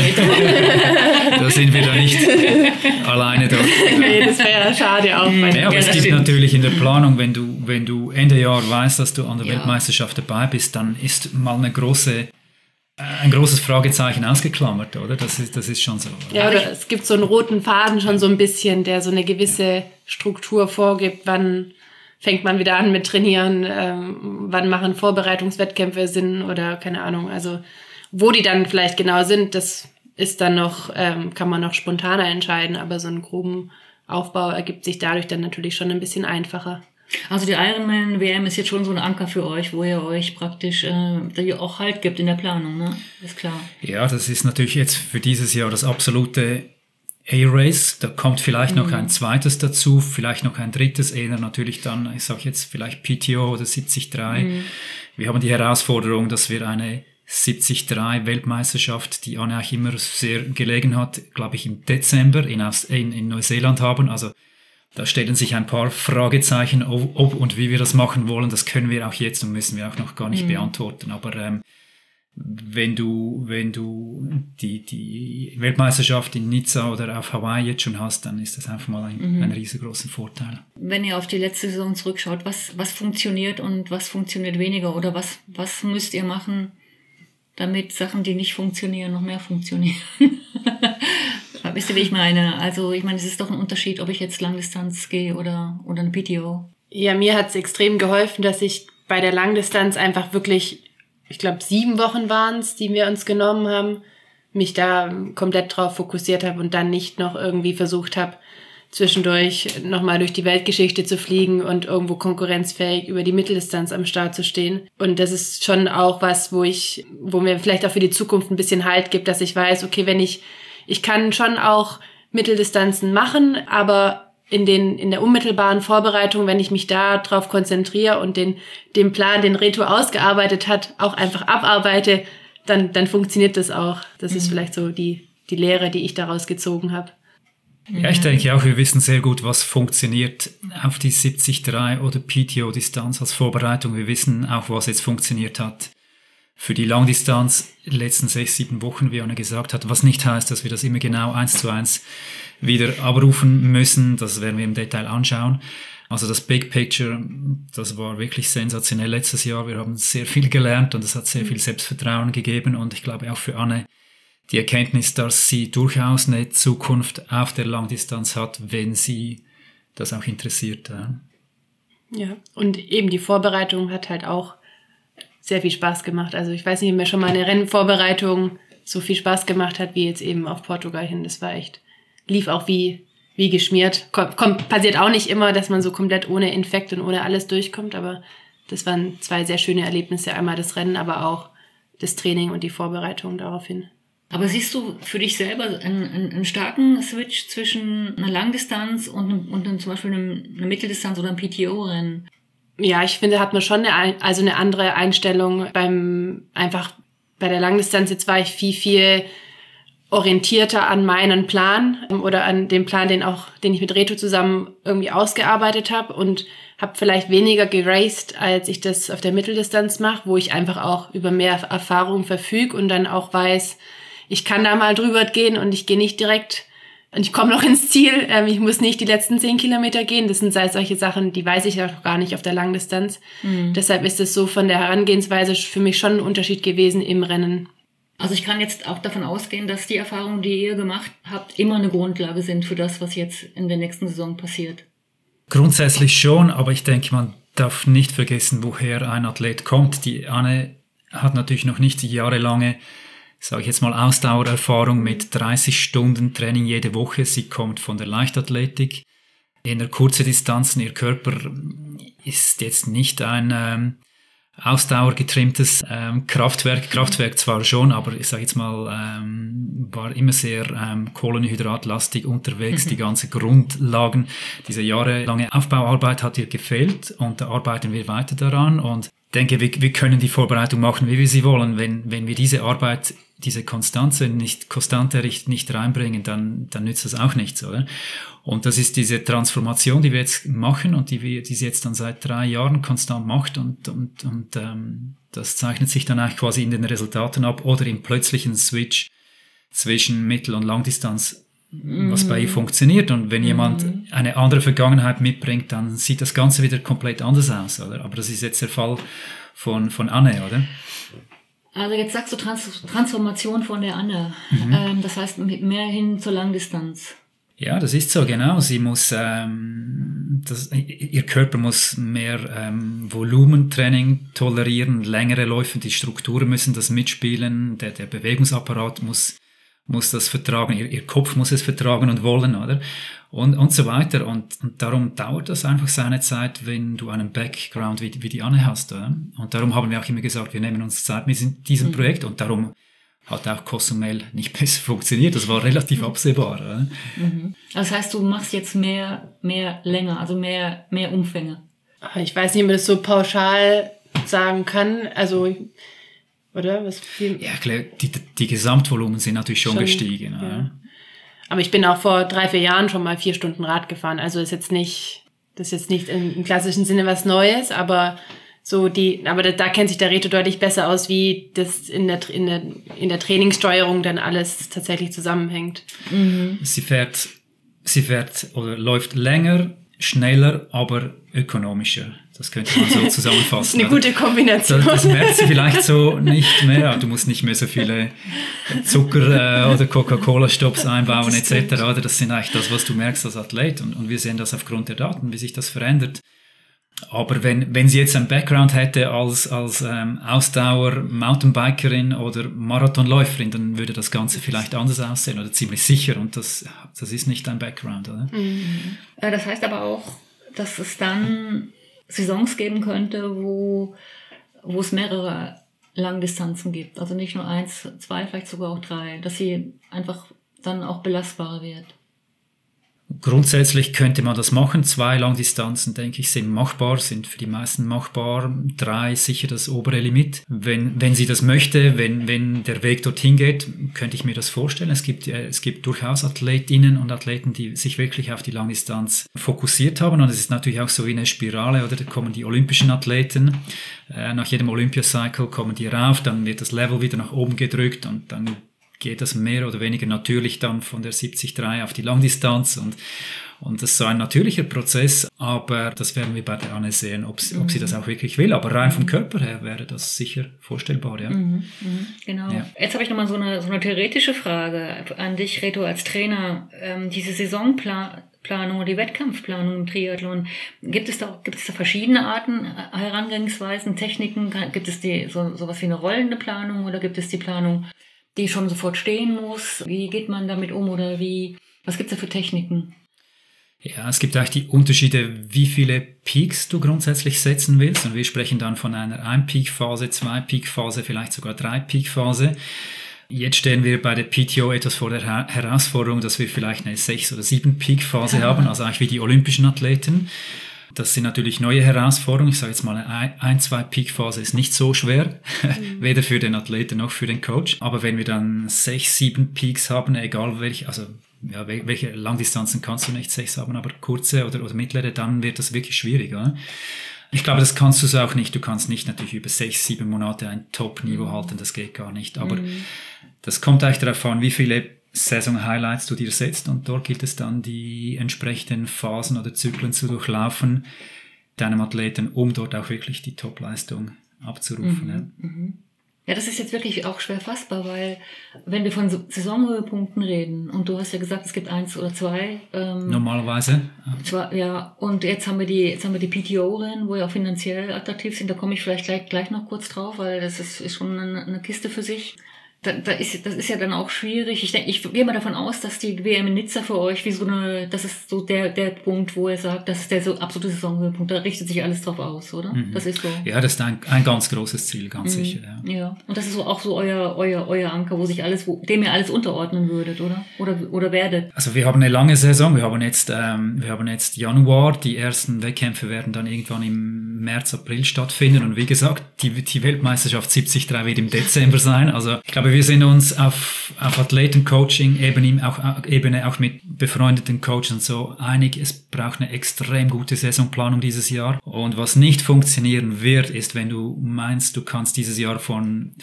Da sind wir da nicht alleine dort. Nee, das wäre schade auch. Ja, aber es gibt natürlich in der Planung, wenn du Ende Jahr weißt, dass du an der Weltmeisterschaft dabei bist, dann ist mal ein großes Fragezeichen ausgeklammert, oder? Das ist schon so. Oder? Ja, oder es gibt so einen roten Faden schon so ein bisschen, der so eine gewisse Struktur vorgibt, wann fängt man wieder an mit Trainieren, wann machen Vorbereitungswettkämpfe Sinn oder keine Ahnung. Also wo die dann vielleicht genau sind, das ist dann noch, kann man noch spontaner entscheiden, aber so einen groben Aufbau ergibt sich dadurch dann natürlich schon ein bisschen einfacher. Also die Ironman-WM ist jetzt schon so ein Anker für euch, wo ihr euch praktisch auch Halt gibt in der Planung, ne? Ist klar. Ja, das ist natürlich jetzt für dieses Jahr das absolute A-Race, da kommt vielleicht noch ein zweites dazu, vielleicht noch ein drittes, eher natürlich dann, ich sage jetzt vielleicht PTO oder 73. Wir haben die Herausforderung, dass wir eine 73 Weltmeisterschaft, die Anne auch immer sehr gelegen hat, glaube ich im Dezember in Neuseeland haben. Also da stellen sich ein paar Fragezeichen, ob und wie wir das machen wollen. Das können wir auch jetzt und müssen wir auch noch gar nicht beantworten. Aber wenn du die Weltmeisterschaft in Nizza oder auf Hawaii jetzt schon hast, dann ist das einfach mal ein riesengroßer Vorteil. Wenn ihr auf die letzte Saison zurückschaut, was funktioniert und was funktioniert weniger oder was müsst ihr machen, damit Sachen, die nicht funktionieren, noch mehr funktionieren? Wisst ihr, wie ich meine? Also ich meine, es ist doch ein Unterschied, ob ich jetzt Langdistanz gehe oder eine PTO. Ja, mir hat es extrem geholfen, dass ich bei der Langdistanz einfach wirklich, ich glaube 7 Wochen waren es, die wir uns genommen haben, mich da komplett drauf fokussiert habe und dann nicht noch irgendwie versucht habe, zwischendurch nochmal durch die Weltgeschichte zu fliegen und irgendwo konkurrenzfähig über die Mitteldistanz am Start zu stehen. Und das ist schon auch was, wo mir vielleicht auch für die Zukunft ein bisschen Halt gibt, dass ich weiß, okay, wenn ich kann schon auch Mitteldistanzen machen, aber in der unmittelbaren Vorbereitung, wenn ich mich da drauf konzentriere und den Plan, den Reto ausgearbeitet hat, auch einfach abarbeite, dann funktioniert das auch. Das ist vielleicht so die Lehre, die ich daraus gezogen habe. Ja, ich denke auch, wir wissen sehr gut, was funktioniert auf die 73 oder PTO-Distanz als Vorbereitung. Wir wissen auch, was jetzt funktioniert hat für die Langdistanz in den letzten 6-7 Wochen, wie Anne gesagt hat, was nicht heißt, dass wir das immer genau 1:1 wieder abrufen müssen. Das werden wir im Detail anschauen. Also das Big Picture, das war wirklich sensationell letztes Jahr. Wir haben sehr viel gelernt und es hat sehr viel Selbstvertrauen gegeben und ich glaube auch für Anne die Erkenntnis, dass sie durchaus eine Zukunft auf der Langdistanz hat, wenn sie das auch interessiert. Ja, und eben die Vorbereitung hat halt auch sehr viel Spaß gemacht. Also ich weiß nicht, ob mir schon mal eine Rennvorbereitung so viel Spaß gemacht hat, wie jetzt eben auf Portugal hin. Das war echt, lief auch wie geschmiert. Passiert auch nicht immer, dass man so komplett ohne Infekt und ohne alles durchkommt, aber das waren 2 sehr schöne Erlebnisse. Einmal das Rennen, aber auch das Training und die Vorbereitung daraufhin. Aber siehst du für dich selber einen starken Switch zwischen einer Langdistanz und zum Beispiel einer Mitteldistanz oder einem PTO-Rennen? Ja, ich finde, hat man schon eine andere Einstellung bei der Langdistanz. Jetzt war ich viel orientierter an meinen Plan oder an dem Plan, den ich mit Reto zusammen irgendwie ausgearbeitet habe und habe vielleicht weniger geraced, als ich das auf der Mitteldistanz mache, wo ich einfach auch über mehr Erfahrung verfüge und dann auch weiß, ich kann da mal drüber gehen und ich gehe nicht direkt und ich komme noch ins Ziel. Ich muss nicht die letzten 10 Kilometer gehen. Das sind solche Sachen, die weiß ich ja noch gar nicht auf der Langdistanz. Deshalb ist es so von der Herangehensweise für mich schon ein Unterschied gewesen im Rennen. Also ich kann jetzt auch davon ausgehen, dass die Erfahrungen, die ihr gemacht habt, immer eine Grundlage sind für das, was jetzt in der nächsten Saison passiert. Grundsätzlich schon, aber ich denke, man darf nicht vergessen, woher ein Athlet kommt. Die Anne hat natürlich noch nicht die jahrelange, sage ich jetzt mal, Ausdauererfahrung mit 30 Stunden Training jede Woche. Sie kommt von der Leichtathletik. In der kurzen Distanzen, ihr Körper ist jetzt nicht ein ausdauergetrimmtes Kraftwerk zwar schon, aber ich sage jetzt mal, war immer sehr kohlenhydratlastig unterwegs. Die ganzen Grundlagen, diese jahrelange Aufbauarbeit hat ihr gefehlt und da arbeiten wir weiter daran und denke, wir können die Vorbereitung machen, wie wir sie wollen. Wenn wir diese Arbeit, diese Konstante nicht reinbringen, dann nützt das auch nichts, oder? Und das ist diese Transformation, die wir jetzt machen und die sie jetzt dann seit 3 Jahren konstant macht und das zeichnet sich dann eigentlich quasi in den Resultaten ab oder im plötzlichen Switch zwischen Mittel- und Langdistanz, was bei ihr funktioniert. Und wenn jemand eine andere Vergangenheit mitbringt, dann sieht das Ganze wieder komplett anders aus, oder? Aber das ist jetzt der Fall von Anne, oder? Also jetzt sagst du Transformation von der Anne. Das heißt mehr hin zur Langdistanz. Ja, das ist so, genau. Sie muss, ihr Körper muss mehr Volumentraining tolerieren, längere Läufe, die Strukturen müssen das mitspielen, der Bewegungsapparat muss das vertragen, ihr Kopf muss es vertragen und wollen, oder? Und so weiter. Und darum dauert das einfach seine Zeit, wenn du einen Background wie die Anne hast, oder? Und darum haben wir auch immer gesagt, wir nehmen uns Zeit mit diesem Projekt und darum hat auch Cozumel nicht besser funktioniert. Das war relativ absehbar. Oder? Das heißt, du machst jetzt mehr länger, also mehr Umfänge. Ich weiß nicht, ob man das so pauschal sagen kann. Also oder? Ja, klar, die Gesamtvolumen sind natürlich schon gestiegen. Ja. Aber ich bin auch vor 3-4 Jahren schon mal 4 Stunden Rad gefahren. Also das ist jetzt nicht im klassischen Sinne was Neues, aber da kennt sich der Reto deutlich besser aus, wie das in der Trainingssteuerung dann alles tatsächlich zusammenhängt. Mhm. Sie fährt oder läuft länger, schneller, aber ökonomischer. Das könnte man so zusammenfassen. Das ist eine gute Kombination. Das merkt sie vielleicht so nicht mehr. Du musst nicht mehr so viele Zucker- oder Coca-Cola-Stops einbauen etc. Das sind eigentlich das, was du merkst als Athlet. Und wir sehen das aufgrund der Daten, wie sich das verändert. Aber wenn sie jetzt einen Background hätte als Ausdauer-Mountainbikerin oder Marathonläuferin, dann würde das Ganze vielleicht anders aussehen oder ziemlich sicher. Und das ist nicht dein Background, oder? Mhm. Das heißt aber auch, dass es dann Saisons geben könnte, wo es mehrere Langdistanzen gibt. Also nicht nur 1, 2, vielleicht sogar auch 3. Dass sie einfach dann auch belastbarer wird. Grundsätzlich könnte man das machen. 2 Langdistanzen, denke ich, sind machbar, sind für die meisten machbar. 3 sicher das obere Limit. Wenn sie das möchte, wenn der Weg dorthin geht, könnte ich mir das vorstellen. Es gibt durchaus Athletinnen und Athleten, die sich wirklich auf die Langdistanz fokussiert haben. Und es ist natürlich auch so wie eine Spirale, oder? Da kommen die olympischen Athleten. Nach jedem Olympiacycle kommen die rauf, dann wird das Level wieder nach oben gedrückt und dann geht das mehr oder weniger natürlich dann von der 73 auf die Langdistanz und das ist so ein natürlicher Prozess, aber das werden wir bei der Anne sehen, ob sie das auch wirklich will, aber rein vom Körper her wäre das sicher vorstellbar, ja. Genau. Ja. Jetzt habe ich nochmal so eine theoretische Frage an dich, Reto, als Trainer. Diese Saisonplanung oder die Wettkampfplanung im Triathlon, gibt es da verschiedene Arten, Herangehensweisen, Techniken? Gibt es sowas wie eine rollende Planung oder gibt es die Planung, die schon sofort stehen muss? Wie geht man damit um oder was gibt's da für Techniken? Ja, es gibt eigentlich die Unterschiede, wie viele Peaks du grundsätzlich setzen willst. Und wir sprechen dann von einer 1-Peak-Phase, 2-Peak-Phase, vielleicht sogar 3-Peak-Phase. Jetzt stehen wir bei der PTO etwas vor der Herausforderung, dass wir vielleicht eine 6- oder 7-Peak-Phase haben, also eigentlich wie die olympischen Athleten. Das sind natürlich neue Herausforderungen. Ich sage jetzt mal, eine 1-2-Peak-Phase ist nicht so schwer, weder für den Athleten noch für den Coach. Aber wenn wir dann 6, 7 Peaks haben, egal welche Langdistanzen kannst du nicht 6 haben, aber kurze oder mittlere, dann wird das wirklich schwierig. Oder? Ich glaube, das kannst du so auch nicht. Du kannst nicht natürlich über 6, 7 Monate ein Top-Niveau halten, das geht gar nicht. Aber das kommt eigentlich darauf an, wie viele Saison-Highlights du dir setzt und dort gilt es dann, die entsprechenden Phasen oder Zyklen zu durchlaufen, deinem Athleten, um dort auch wirklich die Top-Leistung abzurufen. Ja, das ist jetzt wirklich auch schwer fassbar, weil wenn wir von Saisonhöhepunkten reden und du hast ja gesagt, es gibt 1 oder 2. Normalerweise. Ja, und jetzt haben wir die PTO-Rennen, wo ja auch finanziell attraktiv sind, da komme ich vielleicht gleich noch kurz drauf, weil das ist schon eine Kiste für sich. Das ist ja dann auch schwierig. Ich gehe mal davon aus, dass die WM in Nizza für euch das ist so der Punkt, wo ihr sagt, das ist der so absolute Saisonhöhepunkt. Da richtet sich alles drauf aus, oder? Das ist so. Ja, das ist ein ganz großes Ziel, ganz sicher. Ja. Und das ist so auch so euer Anker, dem ihr alles unterordnen würdet, oder? Oder werdet? Also wir haben eine lange Saison. Wir haben jetzt Januar. Die ersten Wettkämpfe werden dann irgendwann im März, April stattfinden. Und wie gesagt, die Weltmeisterschaft 73 wird im Dezember sein. Also ich glaube, wir sind uns auf Athletencoaching-Ebene auch mit befreundeten Coaches und so einig, es braucht eine extrem gute Saisonplanung dieses Jahr. Und was nicht funktionieren wird, ist, wenn du meinst, du kannst dieses Jahr von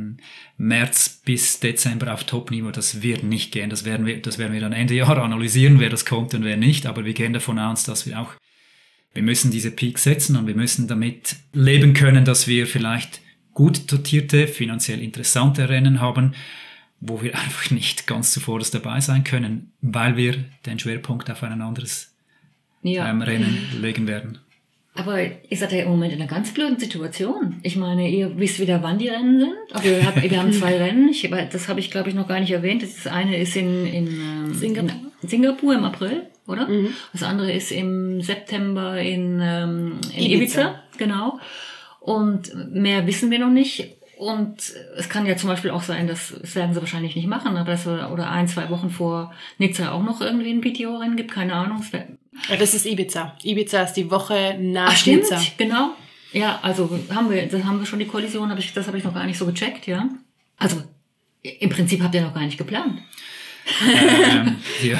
März bis Dezember auf Top-Niveau, das wird nicht gehen. Das werden wir dann Ende Jahr analysieren, wer das kommt und wer nicht. Aber wir gehen davon aus, dass wir müssen diese Peaks setzen und wir müssen damit leben können, dass wir vielleicht gut dotierte, finanziell interessante Rennen haben, wo wir einfach nicht ganz zuvorderst dabei sein können, weil wir den Schwerpunkt auf ein anderes Rennen legen werden. Aber ihr seid ja im Moment in einer ganz blöden Situation. Ich meine, ihr wisst wieder, wann die Rennen sind. Aber wir haben 2 Rennen. Das habe ich, glaube ich, noch gar nicht erwähnt. Das eine ist in Singapur im April, oder? Das andere ist im September in Ibiza. Genau. Und mehr wissen wir noch nicht. Und es kann ja zum Beispiel auch sein, das werden sie wahrscheinlich nicht machen, aber dass wir oder 1-2 Wochen vor Nizza auch noch irgendwie ein PTO-Rennen gibt, keine Ahnung. Ja, das ist Ibiza. Ibiza ist die Woche nach stimmt, Nizza. Genau. Ja, also haben wir schon die Kollision, das habe ich noch gar nicht so gecheckt, ja. Also im Prinzip habt ihr noch gar nicht geplant. Ja.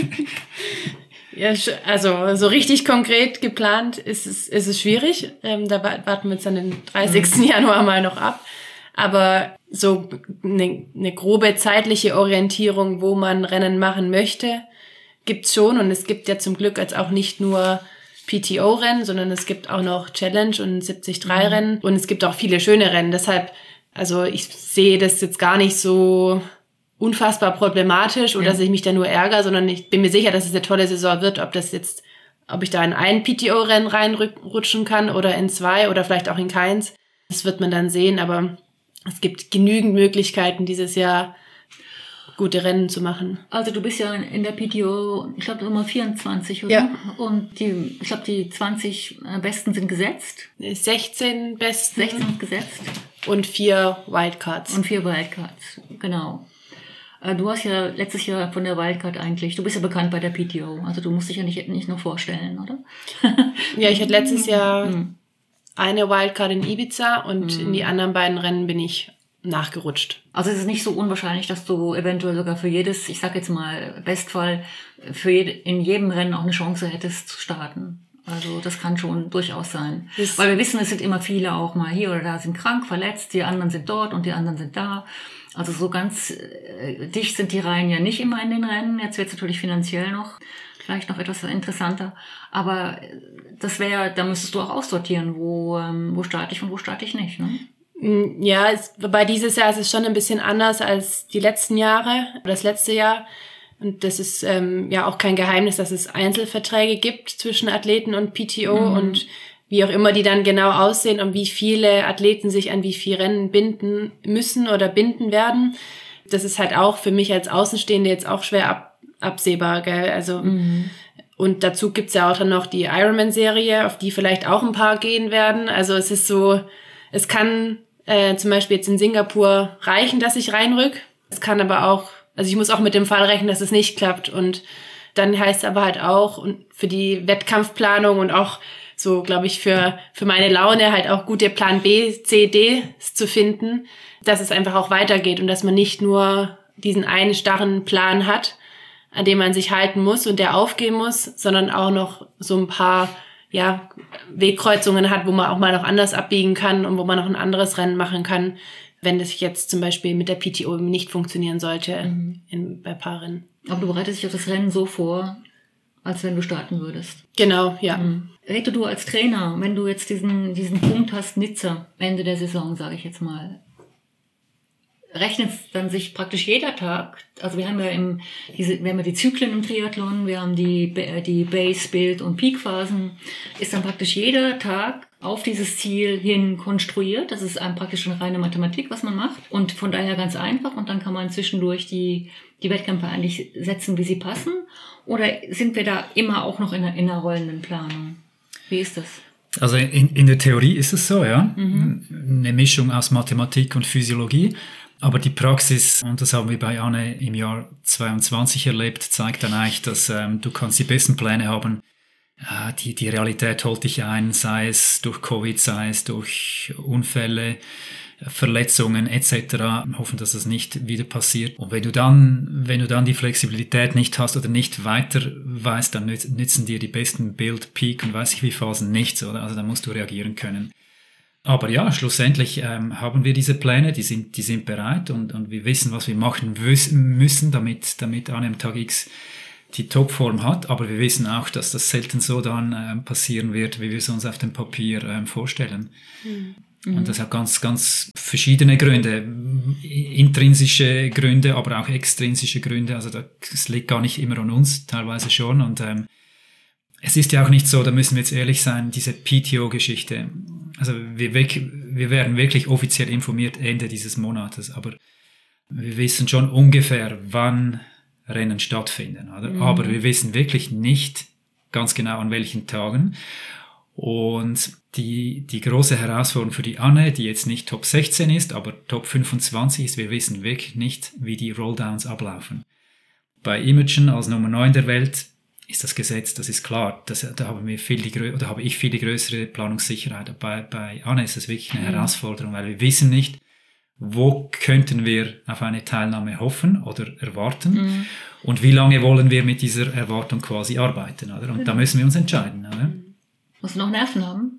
Ja, also so richtig konkret geplant ist es schwierig. Da warten wir jetzt dann den 30. Januar mal noch ab. Aber so eine grobe zeitliche Orientierung, wo man Rennen machen möchte, gibt's schon. Und es gibt ja zum Glück jetzt auch nicht nur PTO-Rennen, sondern es gibt auch noch Challenge und 73-Rennen. Und es gibt auch viele schöne Rennen. Deshalb, also ich sehe das jetzt gar nicht so unfassbar problematisch oder dass ich mich da nur ärgere, sondern ich bin mir sicher, dass es eine tolle Saison wird, ob ich da in ein PTO-Rennen reinrutschen kann oder in 2 oder vielleicht auch in keins. Das wird man dann sehen, aber es gibt genügend Möglichkeiten, dieses Jahr gute Rennen zu machen. Also du bist ja in der PTO, ich glaube Nummer 24, oder? Ja. Und ich glaube die 20 Besten sind gesetzt. 16 Besten. 16 sind gesetzt. Und 4 Wildcards. Und 4 Wildcards, genau. Du hast ja letztes Jahr von der Wildcard eigentlich, du bist ja bekannt bei der PTO, also du musst dich ja nicht nur vorstellen, oder? Ja, ich hatte letztes Jahr eine Wildcard in Ibiza und in die anderen beiden Rennen bin ich nachgerutscht. Also es ist nicht so unwahrscheinlich, dass du eventuell sogar für jedes, ich sag jetzt mal Bestfall, in jedem Rennen auch eine Chance hättest zu starten. Also das kann schon durchaus sein. Weil wir wissen, es sind immer viele auch mal hier oder da sind krank, verletzt, die anderen sind dort und die anderen sind da. Also so ganz dicht sind die Reihen ja nicht immer in den Rennen. Jetzt wird es natürlich finanziell vielleicht noch etwas interessanter. Aber da müsstest du auch aussortieren, wo starte ich und wo starte ich nicht, ne? Ja, bei dieses Jahr ist es schon ein bisschen anders als die letzten Jahre, das letzte Jahr. Und das ist ja auch kein Geheimnis, dass es Einzelverträge gibt zwischen Athleten und PTO und wie auch immer die dann genau aussehen und wie viele Athleten sich an wie viele Rennen binden müssen oder binden werden. Das ist halt auch für mich als Außenstehende jetzt auch schwer absehbar, gell? Also und dazu gibt's ja auch dann noch die Ironman-Serie, auf die vielleicht auch ein paar gehen werden. Also es ist so, es kann zum Beispiel jetzt in Singapur reichen, dass ich reinrück. Es kann aber auch, also ich muss auch mit dem Fall rechnen, dass es nicht klappt. Und dann heißt es aber halt auch, und für die Wettkampfplanung und auch so, glaube ich, für meine Laune halt auch gute Plan B, C, D zu finden, dass es einfach auch weitergeht und dass man nicht nur diesen einen starren Plan hat, an dem man sich halten muss und der aufgehen muss, sondern auch noch so ein paar Wegkreuzungen hat, wo man auch mal noch anders abbiegen kann und wo man noch ein anderes Rennen machen kann, wenn das jetzt zum Beispiel mit der PTO nicht funktionieren sollte bei Paarrennen. Aber du bereitest dich auf das Rennen so vor, als wenn du starten würdest. Genau, ja. Reto, du als Trainer, wenn du jetzt diesen Punkt hast, Nizza, Ende der Saison, sage ich jetzt mal, rechnet dann sich praktisch jeder Tag, also wir haben ja die Zyklen im Triathlon, wir haben die Base, Build und Peak-Phasen, ist dann praktisch jeder Tag auf dieses Ziel hin konstruiert. Das ist praktisch eine reine Mathematik, was man macht und von daher ganz einfach und dann kann man zwischendurch die Wettkämpfe eigentlich setzen, wie sie passen. Oder sind wir da immer auch noch in einer rollenden Planung? Wie ist das? Also in der Theorie ist es so, ja. Eine Mischung aus Mathematik und Physiologie. Aber die Praxis, und das haben wir bei Anne im Jahr 22 erlebt, zeigt dann eigentlich, dass du kannst die besten Pläne haben. Die Realität holt dich ein, sei es durch Covid, sei es durch Unfälle, Verletzungen etc. Hoffen, dass das nicht wieder passiert. Und wenn du dann die Flexibilität nicht hast oder nicht weiter weißt, dann nützen dir die besten Build, Peak und weiß ich wie Phasen nichts, oder? Also da musst du reagieren können. Aber ja, schlussendlich haben wir diese Pläne, die sind bereit und wir wissen, was wir machen müssen, damit an einem Tag X die Topform hat. Aber wir wissen auch, dass das selten so dann passieren wird, wie wir es uns auf dem Papier vorstellen. Und das hat ganz, ganz verschiedene Gründe, intrinsische Gründe, aber auch extrinsische Gründe. Also das liegt gar nicht immer an uns, teilweise schon. Und es ist ja auch nicht so, da müssen wir jetzt ehrlich sein, diese PTO-Geschichte. Also wir werden wirklich offiziell informiert Ende dieses Monates, aber wir wissen schon ungefähr, wann Rennen stattfinden, oder? Aber wir wissen wirklich nicht ganz genau an welchen Tagen. Und die große Herausforderung für die Anne, die jetzt nicht Top 16 ist, aber Top 25 ist, wir wissen wirklich nicht, wie die Rolldowns ablaufen. Bei Imogen als Nummer 9 der Welt ist das gesetzt, das ist klar. Da habe ich viel die größere Planungssicherheit. Bei Anne ist das wirklich eine Herausforderung, weil wir wissen nicht, wo könnten wir auf eine Teilnahme hoffen oder erwarten und wie lange wollen wir mit dieser Erwartung quasi arbeiten, oder? Und da müssen wir uns entscheiden, oder? Musst du noch Nerven haben?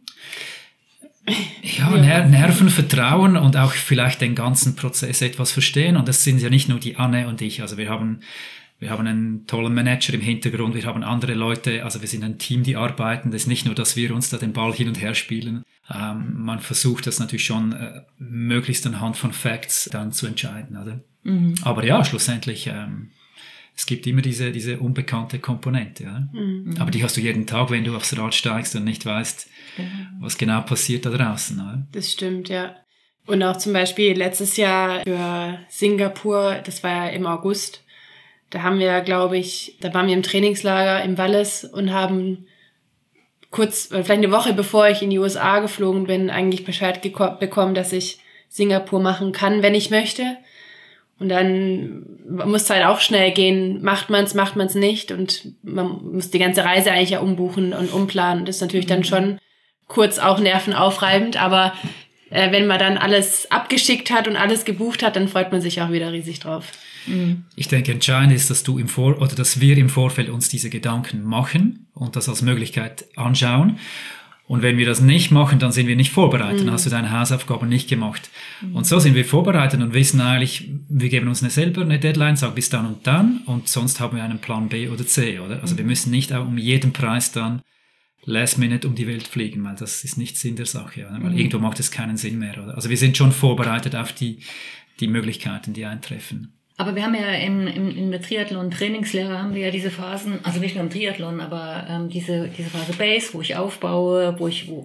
Ja, Nerven, Vertrauen und auch vielleicht den ganzen Prozess etwas verstehen. Und das sind ja nicht nur die Anne und ich. Also wir haben einen tollen Manager im Hintergrund, wir haben andere Leute, also wir sind ein Team, die arbeiten. Das ist nicht nur, dass wir uns da den Ball hin und her spielen. Man versucht das natürlich schon möglichst anhand von Facts dann zu entscheiden, oder? Aber ja, schlussendlich, es gibt immer diese unbekannte Komponente, ja? Aber die hast du jeden Tag, wenn du aufs Rad steigst und nicht weißt, was genau passiert da draußen, oder? Das stimmt, ja. Und auch zum Beispiel letztes Jahr für Singapur, das war ja im August, da haben wir, glaube ich, da waren wir im Trainingslager im Wallis und haben vielleicht eine Woche bevor ich in die USA geflogen bin, eigentlich Bescheid bekommen, dass ich Singapur machen kann, wenn ich möchte. Und dann muss es halt auch schnell gehen, macht man's nicht und man muss die ganze Reise eigentlich ja umbuchen und umplanen. Das ist natürlich dann schon kurz auch nervenaufreibend, aber wenn man dann alles abgeschickt hat und alles gebucht hat, dann freut man sich auch wieder riesig drauf. Ich denke, entscheidend ist, dass wir im Vorfeld uns diese Gedanken machen und das als Möglichkeit anschauen. Und wenn wir das nicht machen, dann sind wir nicht vorbereitet. Dann hast du deine Hausaufgaben nicht gemacht. Und so sind wir vorbereitet und wissen eigentlich, wir geben uns selber eine Deadline, sagen bis dann und sonst haben wir einen Plan B oder C, oder? Also wir müssen nicht auch um jeden Preis dann last minute um die Welt fliegen, weil das ist nicht Sinn der Sache, oder? Weil irgendwo macht es keinen Sinn mehr, oder? Also wir sind schon vorbereitet auf die Möglichkeiten, die eintreffen. Aber wir haben ja in der Triathlon-Trainingslehre haben wir ja diese Phasen, also nicht nur im Triathlon, aber diese Phase Base, wo ich aufbaue, wo ich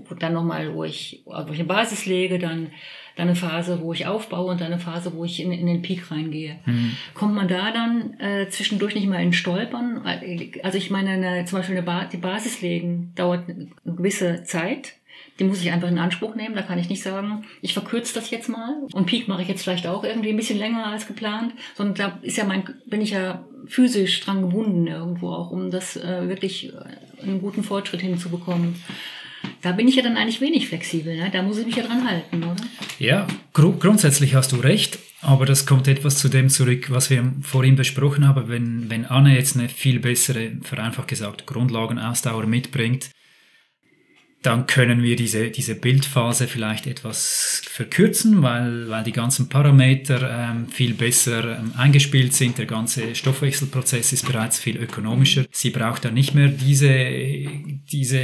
eine Basis lege, dann eine Phase, wo ich aufbaue und dann eine Phase, wo ich in den Peak reingehe. Kommt man da dann zwischendurch nicht mal in Stolpern? Also ich meine, zum Beispiel die Basis legen dauert eine gewisse Zeit. Die muss ich einfach in Anspruch nehmen. Da kann ich nicht sagen, ich verkürze das jetzt mal. Und Peak mache ich jetzt vielleicht auch irgendwie ein bisschen länger als geplant. Sondern da bin ich ja physisch dran gebunden irgendwo auch, um das wirklich einen guten Fortschritt hinzubekommen. Da bin ich ja dann eigentlich wenig flexibel, ne? Da muss ich mich ja dran halten, oder? Ja, grundsätzlich hast du recht. Aber das kommt etwas zu dem zurück, was wir vorhin besprochen haben. Wenn Anne jetzt eine viel bessere, vereinfacht gesagt, Grundlagenausdauer mitbringt, dann können wir diese Bildphase vielleicht etwas verkürzen, weil die ganzen Parameter viel besser eingespielt sind. Der ganze Stoffwechselprozess ist bereits viel ökonomischer. Sie braucht dann nicht mehr diese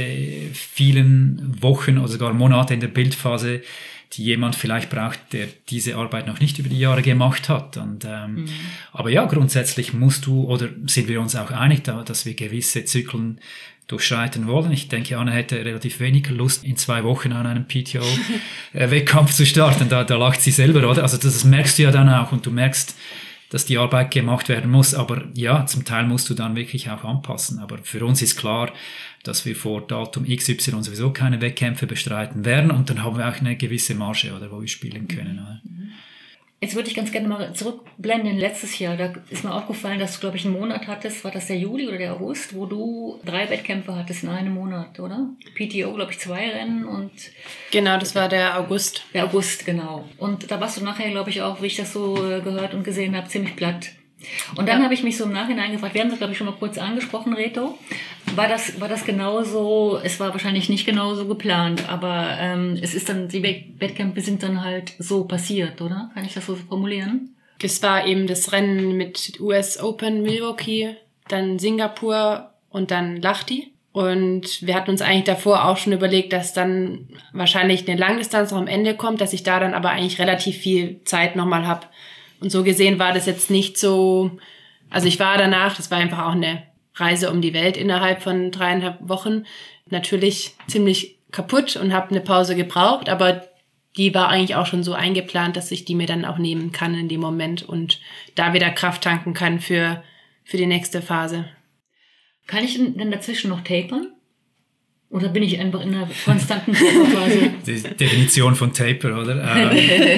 vielen Wochen oder sogar Monate in der Bildphase, die jemand vielleicht braucht, der diese Arbeit noch nicht über die Jahre gemacht hat. Und, aber ja, grundsätzlich sind wir uns auch einig, dass wir gewisse Zyklen durchschreiten wollen. Ich denke, Anne hätte relativ wenig Lust, in 2 Wochen an einem PTO-Wettkampf zu starten. Da lacht sie selber, oder? Also das merkst du ja dann auch und du merkst, dass die Arbeit gemacht werden muss. Aber ja, zum Teil musst du dann wirklich auch anpassen. Aber für uns ist klar, dass wir vor Datum XY sowieso keine Wettkämpfe bestreiten werden und dann haben wir auch eine gewisse Marge, oder, wo wir spielen können. Oder? Jetzt würde ich ganz gerne mal zurückblenden. Letztes Jahr, da ist mir aufgefallen, dass du, glaube ich, einen Monat hattest, war das der Juli oder der August, wo du 3 Wettkämpfe hattest in einem Monat, oder? PTO, glaube ich, 2 Rennen und... Genau, das war der August. Der August, genau. Und da warst du nachher, glaube ich, auch, wie ich das so gehört und gesehen habe, ziemlich platt. Und dann habe ich mich so im Nachhinein gefragt, wir haben das, glaube ich, schon mal kurz angesprochen, Reto. War das genauso, es war wahrscheinlich nicht genauso geplant, aber es ist dann, die Wettkämpfe sind dann halt so passiert, oder? Kann ich das so formulieren? Das war eben das Rennen mit US Open Milwaukee, dann Singapur und dann Lahti. Und wir hatten uns eigentlich davor auch schon überlegt, dass dann wahrscheinlich eine Langdistanz noch am Ende kommt, dass ich da dann aber eigentlich relativ viel Zeit nochmal habe. Und so gesehen war das jetzt nicht so, also ich war danach, das war einfach auch eine Reise um die Welt innerhalb von 3,5 Wochen, natürlich ziemlich kaputt und habe eine Pause gebraucht, aber die war eigentlich auch schon so eingeplant, dass ich die mir dann auch nehmen kann in dem Moment und da wieder Kraft tanken kann für die nächste Phase. Kann ich denn dazwischen noch tapern? Oder bin ich einfach in einer konstanten Taper-Phase? Die Definition von Taper, oder?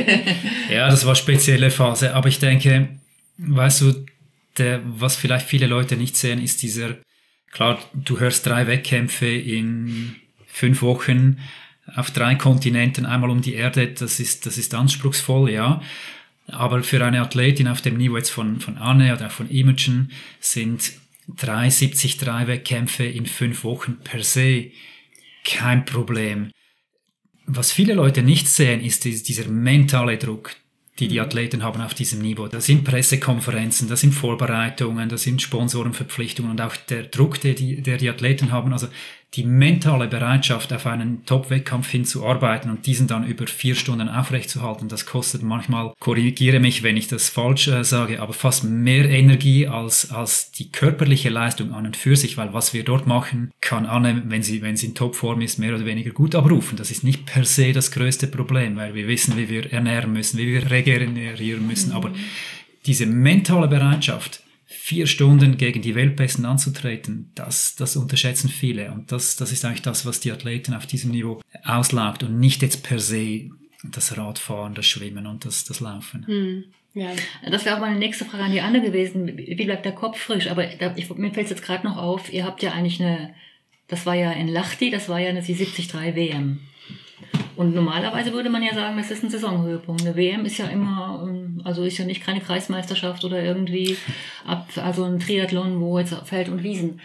Ja, das war eine spezielle Phase. Aber ich denke, weißt du, was vielleicht viele Leute nicht sehen, ist Klar, du hörst 3 Wettkämpfe in 5 Wochen auf 3 Kontinenten, einmal um die Erde, das ist anspruchsvoll, ja. Aber für eine Athletin auf dem Niveau jetzt von Anne oder auch von Imogen sind 73 Wettkämpfe in 5 Wochen per se kein Problem. Was viele Leute nicht sehen, ist dieser mentale Druck, die Athleten haben auf diesem Niveau. Das sind Pressekonferenzen, das sind Vorbereitungen, das sind Sponsorenverpflichtungen und auch der Druck, der die Athleten haben. Also die mentale Bereitschaft, auf einen Top-Wettkampf hinzuarbeiten und diesen dann über 4 Stunden aufrechtzuerhalten, das kostet manchmal, korrigiere mich, wenn ich das falsch sage, aber fast mehr Energie als die körperliche Leistung an und für sich, weil was wir dort machen, kann Anne, wenn sie in Topform ist, mehr oder weniger gut abrufen. Das ist nicht per se das größte Problem, weil wir wissen, wie wir ernähren müssen, wie wir regenerieren müssen, aber diese mentale Bereitschaft, 4 Stunden gegen die Weltbesten anzutreten, das unterschätzen viele. Und das ist eigentlich das, was die Athleten auf diesem Niveau auslagt und nicht jetzt per se das Radfahren, das Schwimmen und das Laufen. Ja. Das wäre auch meine nächste Frage an die Anne gewesen. Wie bleibt der Kopf frisch? Aber mir fällt es jetzt gerade noch auf, ihr habt ja eigentlich das war ja in Lahti, das war ja die 73 WM. Und normalerweise würde man ja sagen, das ist ein Saisonhöhepunkt. Eine WM ist ja immer, also ist ja nicht keine Kreismeisterschaft oder irgendwie also ein Triathlon, wo jetzt Feld und Wiesen.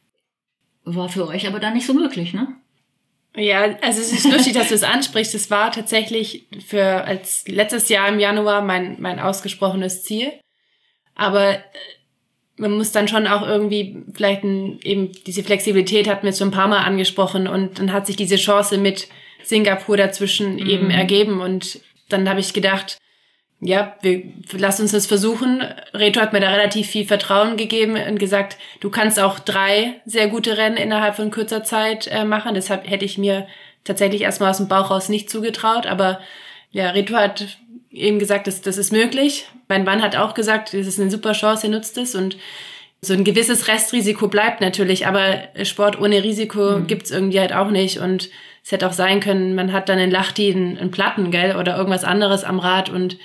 War für euch aber dann nicht so möglich, ne? Ja, also es ist lustig, dass du es ansprichst. Es war tatsächlich als letztes Jahr im Januar mein ausgesprochenes Ziel. Aber man muss dann schon auch irgendwie vielleicht eben diese Flexibilität hatten wir schon ein paar Mal angesprochen und dann hat sich diese Chance mit Singapur dazwischen eben ergeben und dann habe ich gedacht, ja, lass uns das versuchen. Reto hat mir da relativ viel Vertrauen gegeben und gesagt, du kannst auch 3 sehr gute Rennen innerhalb von kurzer Zeit machen. Deshalb hätte ich mir tatsächlich erstmal aus dem Bauch raus nicht zugetraut, aber ja, Reto hat eben gesagt, das ist möglich. Mein Mann hat auch gesagt, das ist eine super Chance, er nutzt es und so ein gewisses Restrisiko bleibt natürlich, aber Sport ohne Risiko gibt's irgendwie halt auch nicht und es hätte auch sein können, man hat dann in Lahti einen Platten, gell, oder irgendwas anderes am Rad und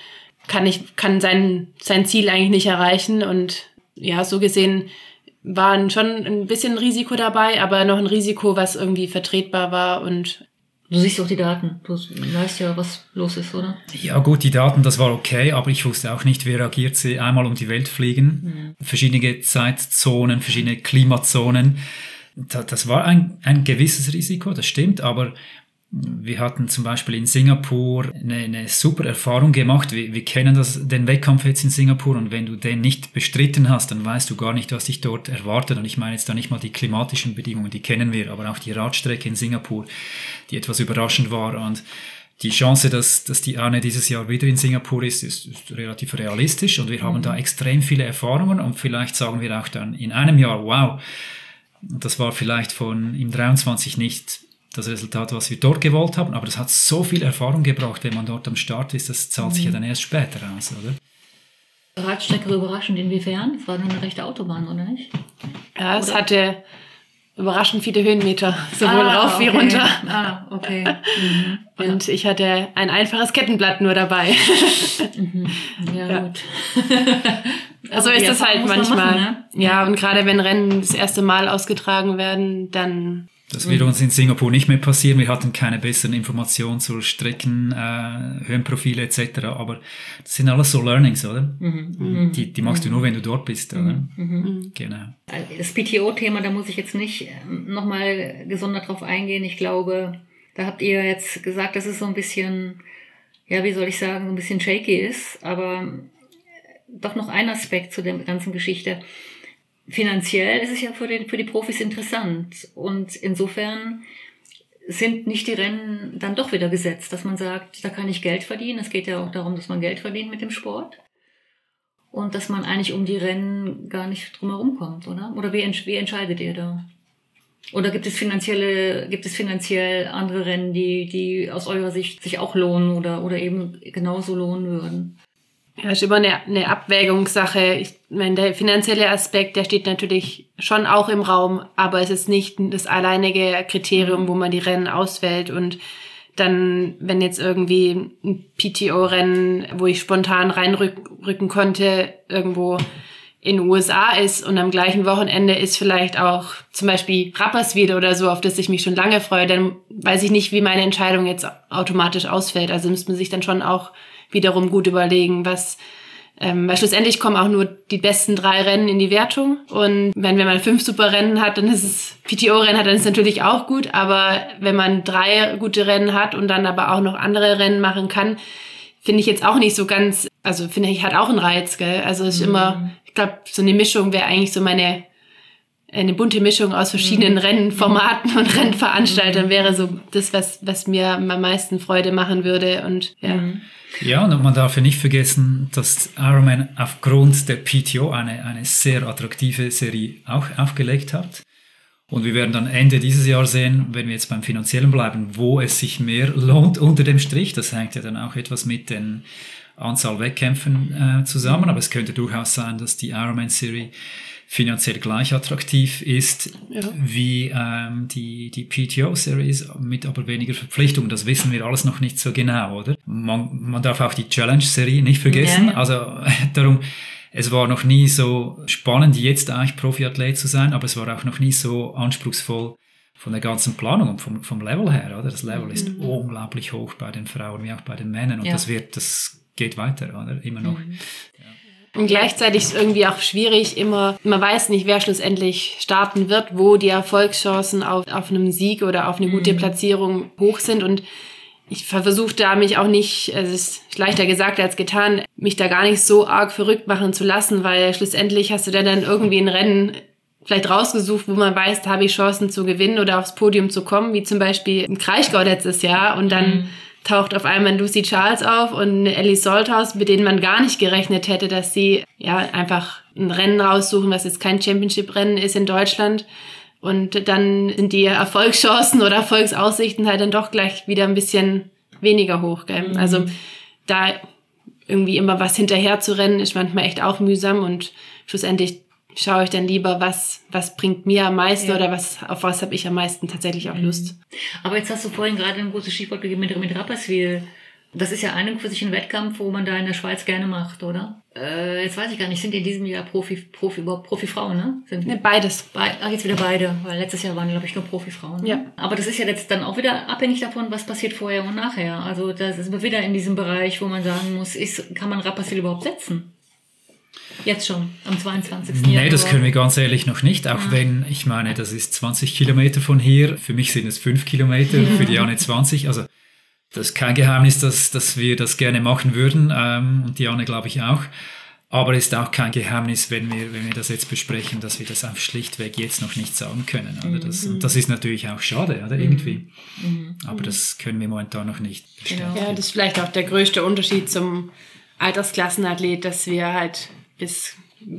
kann sein Ziel eigentlich nicht erreichen und ja, so gesehen war schon ein bisschen Risiko dabei, aber noch ein Risiko, was irgendwie vertretbar war und du siehst doch die Daten, du weißt ja, was los ist, oder? Ja gut, die Daten, das war okay, aber ich wusste auch nicht, wie reagiert sie einmal um die Welt fliegen. Verschiedene Zeitzonen, verschiedene Klimazonen. Das war ein gewisses Risiko, das stimmt, aber wir hatten zum Beispiel in Singapur eine super Erfahrung gemacht. Wir kennen den Wettkampf jetzt in Singapur und wenn du den nicht bestritten hast, dann weißt du gar nicht, was dich dort erwartet. Und ich meine jetzt da nicht mal die klimatischen Bedingungen, die kennen wir, aber auch die Radstrecke in Singapur, die etwas überraschend war. Und die Chance, dass die Anne dieses Jahr wieder in Singapur ist relativ realistisch und wir haben da extrem viele Erfahrungen und vielleicht sagen wir auch dann in einem Jahr, wow, das war vielleicht im 23 nicht das Resultat, was wir dort gewollt haben, aber das hat so viel Erfahrung gebraucht, wenn man dort am Start ist, das zahlt sich ja dann erst später aus, oder? Radstrecke überraschend inwiefern? Es war nur eine rechte Autobahn, oder nicht? Ja, es hatte überraschend viele Höhenmeter, sowohl rauf wie runter. Okay. Und ich hatte ein einfaches Kettenblatt nur dabei. Ja, gut. Also ist das halt manchmal. Machen, ne? Ja, und gerade wenn Rennen das erste Mal ausgetragen werden, dann... Das wird uns in Singapur nicht mehr passieren. Wir hatten keine besseren Informationen zu Strecken, Höhenprofile etc. Aber das sind alles so Learnings, oder? Die machst du nur, wenn du dort bist, oder? Genau. Das PTO-Thema, da muss ich jetzt nicht nochmal gesondert drauf eingehen. Ich glaube, da habt ihr jetzt gesagt, dass es so ein bisschen, ja, wie soll ich sagen, so ein bisschen shaky ist. Aber doch noch ein Aspekt zu der ganzen Geschichte. Finanziell ist es ja für die Profis interessant und insofern sind nicht die Rennen dann doch wieder gesetzt, dass man sagt, da kann ich Geld verdienen. Es geht ja auch darum, dass man Geld verdient mit dem Sport und dass man eigentlich um die Rennen gar nicht drumherum kommt, oder? Oder wie entscheidet ihr da? Oder gibt es finanziell andere Rennen, die aus eurer Sicht sich auch lohnen oder eben genauso lohnen würden? Ja, ist immer eine Abwägungssache. Ich meine, der finanzielle Aspekt, der steht natürlich schon auch im Raum, aber es ist nicht das alleinige Kriterium, wo man die Rennen auswählt. Und dann, wenn jetzt irgendwie ein PTO-Rennen, wo ich spontan reinrücken konnte, irgendwo in den USA ist und am gleichen Wochenende ist vielleicht auch zum Beispiel Rapperswil oder so, auf das ich mich schon lange freue, dann weiß ich nicht, wie meine Entscheidung jetzt automatisch ausfällt. Also müsste man sich dann schon auch wiederum gut überlegen, weil schlussendlich kommen auch nur die besten 3 Rennen in die Wertung. Und wenn man 5 super Rennen hat, dann ist es PTO-Rennen hat, dann ist es natürlich auch gut. Aber wenn man 3 gute Rennen hat und dann aber auch noch andere Rennen machen kann, finde ich jetzt auch nicht so ganz, also finde ich, hat auch einen Reiz, gell? Also es ist immer, ich glaube, so eine Mischung wäre eigentlich so eine bunte Mischung aus verschiedenen Rennformaten und Rennveranstaltern wäre so das, was mir am meisten Freude machen würde. Und ja. Ja, und man darf ja nicht vergessen, dass Ironman aufgrund der PTO eine sehr attraktive Serie auch aufgelegt hat. Und wir werden dann Ende dieses Jahr sehen, wenn wir jetzt beim Finanziellen bleiben, wo es sich mehr lohnt unter dem Strich. Das hängt ja dann auch etwas mit den Anzahl Wettkämpfen zusammen. Aber es könnte durchaus sein, dass die Ironman-Serie finanziell gleich attraktiv ist wie die PTO-Series, mit aber weniger Verpflichtungen. Das wissen wir alles noch nicht so genau, oder? Man darf auch die Challenge-Serie nicht vergessen. Ja. Also darum, es war noch nie so spannend, jetzt eigentlich Profiathlet zu sein, aber es war auch noch nie so anspruchsvoll von der ganzen Planung und vom Level her, oder? Das Level ist unglaublich hoch bei den Frauen wie auch bei den Männern und das geht weiter, oder? Immer noch. Und gleichzeitig ist es irgendwie auch schwierig, man weiß nicht, wer schlussendlich starten wird, wo die Erfolgschancen auf einem Sieg oder auf eine gute Platzierung hoch sind. Und ich versuche da mich auch nicht, es ist leichter gesagt als getan, mich da gar nicht so arg verrückt machen zu lassen, weil schlussendlich hast du dann irgendwie ein Rennen vielleicht rausgesucht, wo man weiß, da habe ich Chancen zu gewinnen oder aufs Podium zu kommen, wie zum Beispiel im Kraichgau letztes Jahr. Und dann taucht auf einmal Lucy Charles auf und eine Ellie Salthouse, mit denen man gar nicht gerechnet hätte, dass sie einfach ein Rennen raussuchen, was jetzt kein Championship-Rennen ist in Deutschland. Und dann sind die Erfolgschancen oder Erfolgsaussichten halt dann doch gleich wieder ein bisschen weniger hoch. Gell? Also da irgendwie immer was hinterher zu rennen, ist manchmal echt auch mühsam und schlussendlich schaue ich dann lieber, was bringt mir am meisten oder auf was habe ich am meisten tatsächlich auch Lust. Aber jetzt hast du vorhin gerade ein großes Stichwort gegeben mit Rapperswil. Das ist ja für sich ein Wettkampf, wo man da in der Schweiz gerne macht, oder? Jetzt weiß ich gar nicht, sind in diesem Jahr Profifrauen, ne? Beides. Jetzt wieder beide, weil letztes Jahr waren, glaube ich, nur Profifrauen. Ne? Ja. Aber das ist ja jetzt dann auch wieder abhängig davon, was passiert vorher und nachher. Also das ist wieder in diesem Bereich, wo man sagen muss, kann man Rapperswil überhaupt setzen? Jetzt schon, am 22. Nee, das können wir ganz ehrlich noch nicht, auch wenn, ich meine, das ist 20 Kilometer von hier. Für mich sind es 5 Kilometer, für Diane 20. Also das ist kein Geheimnis, dass wir das gerne machen würden und Diane glaube ich auch. Aber es ist auch kein Geheimnis, wenn wir das jetzt besprechen, dass wir das einfach schlichtweg jetzt noch nicht sagen können. Oder? Das ist natürlich auch schade, oder irgendwie. Aber das können wir momentan noch nicht bestätigen. Ja, das ist vielleicht auch der größte Unterschied zum Altersklassenathlet, dass wir halt bis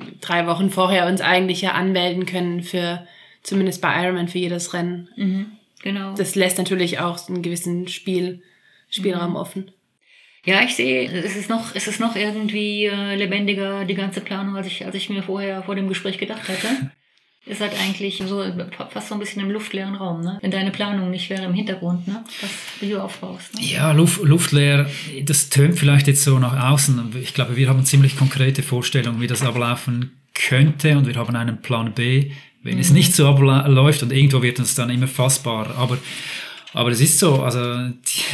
3 Wochen vorher uns eigentlich ja anmelden können für, zumindest bei Ironman, für jedes Rennen. Genau. Das lässt natürlich auch einen gewissen Spielraum offen. Ja, ich sehe, es ist noch irgendwie lebendiger, die ganze Planung, als ich mir vorher vor dem Gespräch gedacht hätte. Ist halt eigentlich so fast so ein bisschen im luftleeren Raum, ne? Wenn deine Planung nicht wäre im Hintergrund, ne? Wie du aufbaust. Ne? Ja, luftleer, das tönt vielleicht jetzt so nach außen. Ich glaube, wir haben ziemlich konkrete Vorstellungen, wie das ablaufen könnte und wir haben einen Plan B, wenn es nicht so abläuft und irgendwo wird es dann immer fassbar. Aber es ist so, also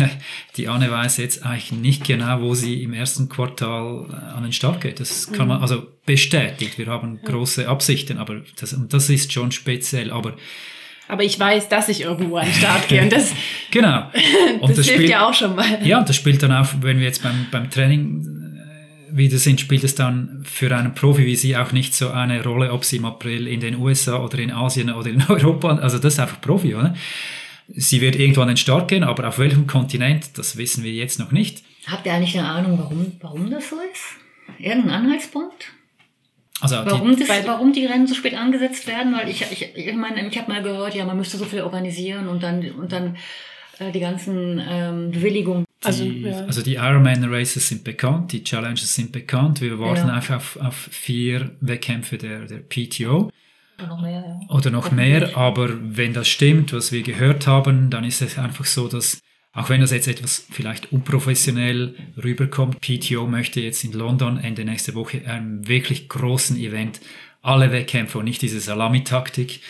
die Anne weiß jetzt eigentlich nicht genau, wo sie im ersten Quartal an den Start geht. Das kann man, also bestätigt, wir haben große Absichten, aber das ist schon speziell. Aber ich weiß, dass ich irgendwo an den Start gehe. Und das, genau. Und das hilft ja auch schon mal. Ja, und das spielt dann auch, wenn wir jetzt beim Training wieder sind, spielt es dann für einen Profi wie sie auch nicht so eine Rolle, ob sie im April in den USA oder in Asien oder in Europa, also das ist einfach Profi, oder? Sie wird irgendwo an den Start gehen, aber auf welchem Kontinent, das wissen wir jetzt noch nicht. Habt ihr eigentlich eine Ahnung, warum das so ist? Irgendein Anhaltspunkt? Also warum die Rennen so spät angesetzt werden? Weil ich meine, ich habe mal gehört, ja, man müsste so viel organisieren und dann die ganzen Bewilligungen. Also die Ironman Races sind bekannt, die Challenges sind bekannt. Wir warten einfach auf 4 Wettkämpfe der PTO. Oder noch mehr, aber wenn das stimmt, was wir gehört haben, dann ist es einfach so, dass Auch wenn das jetzt etwas vielleicht unprofessionell rüberkommt. PTO möchte jetzt in London Ende nächste Woche einen wirklich großen Event, alle Wettkämpfe und nicht diese Salamitaktik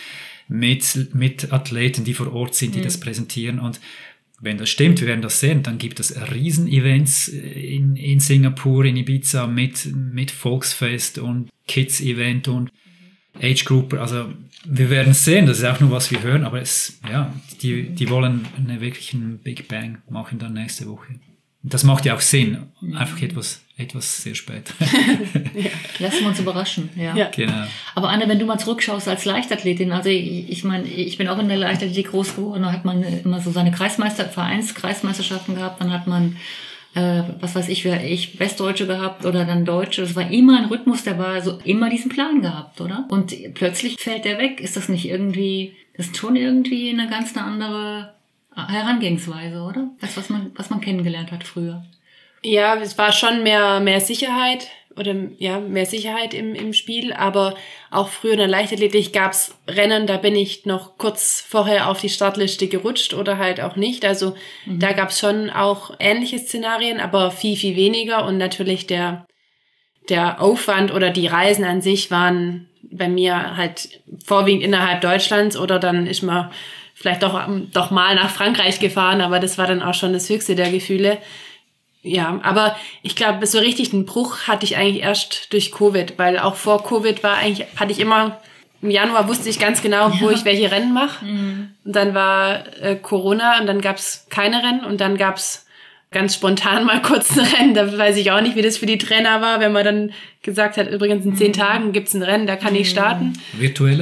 mit Athleten, die vor Ort sind, die das präsentieren. Und wenn das stimmt, wir werden das sehen, dann gibt es Riesen-Events in Singapur, in Ibiza mit Volksfest und Kids-Event und Age Group. Also wir werden es sehen, das ist auch nur, was wir hören, aber die wollen wirklich einen Big Bang machen dann nächste Woche. Das macht ja auch Sinn, einfach etwas sehr spät. Lassen wir uns überraschen, ja. Genau. Aber Anne, wenn du mal zurückschaust als Leichtathletin, also ich meine, ich bin auch in der Leichtathletik groß geworden, da hat man immer so seine Vereinskreismeisterschaften gehabt, dann hat man was weiß ich, Westdeutsche gehabt oder dann Deutsche. Das war immer ein Rhythmus, der war so immer diesen Plan gehabt, oder? Und plötzlich fällt der weg. Ist das nicht irgendwie, das ist schon irgendwie eine ganz andere Herangehensweise, oder? Das, was man kennengelernt hat früher. Ja, es war schon mehr Sicherheit oder mehr Sicherheit im Spiel, aber auch früher in der Leichtathletik gab's Rennen, da bin ich noch kurz vorher auf die Startliste gerutscht oder halt auch nicht. Also da gab's schon auch ähnliche Szenarien, aber viel, viel weniger und natürlich der Aufwand oder die Reisen an sich waren bei mir halt vorwiegend innerhalb Deutschlands oder dann ist man vielleicht doch mal nach Frankreich gefahren, aber das war dann auch schon das höchste der Gefühle. Ja, aber ich glaube, so richtig einen Bruch hatte ich eigentlich erst durch Covid, weil auch vor Covid hatte ich immer, im Januar wusste ich ganz genau, wo ich welche Rennen mache. Und dann war Corona und dann gab's keine Rennen und dann gab's ganz spontan mal kurz ein Rennen. Da weiß ich auch nicht, wie das für die Trainer war, wenn man dann gesagt hat, übrigens in 10 Tagen gibt's ein Rennen, da kann ich starten. Virtuelle,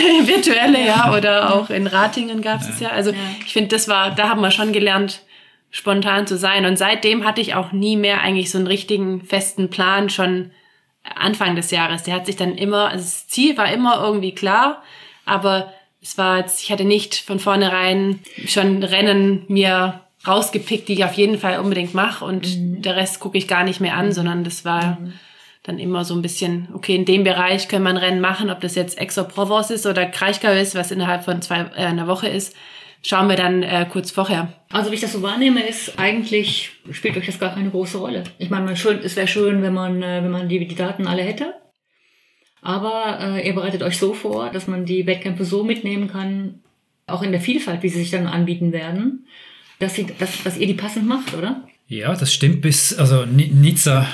ja, oder auch in Ratingen gab's es ja. Also ich finde, da haben wir schon gelernt, spontan zu sein. Und seitdem hatte ich auch nie mehr eigentlich so einen richtigen festen Plan, schon Anfang des Jahres. Der hat sich dann immer, also das Ziel war immer irgendwie klar, aber ich hatte nicht von vornherein schon Rennen mir rausgepickt, die ich auf jeden Fall unbedingt mache und der Rest gucke ich gar nicht mehr an, sondern das war dann immer so ein bisschen, okay, in dem Bereich können wir ein Rennen machen, ob das jetzt Aix-en-Provence ist oder Kraichgau ist, was innerhalb von einer Woche ist. Schauen wir dann kurz vorher. Also wie ich das so wahrnehme, ist eigentlich, spielt euch das gar keine große Rolle. Ich meine, es wäre schön, wenn man die Daten alle hätte. Aber ihr bereitet euch so vor, dass man die Wettkämpfe so mitnehmen kann, auch in der Vielfalt, wie sie sich dann anbieten werden, dass ihr die passend macht, oder? Ja, das stimmt also Nizza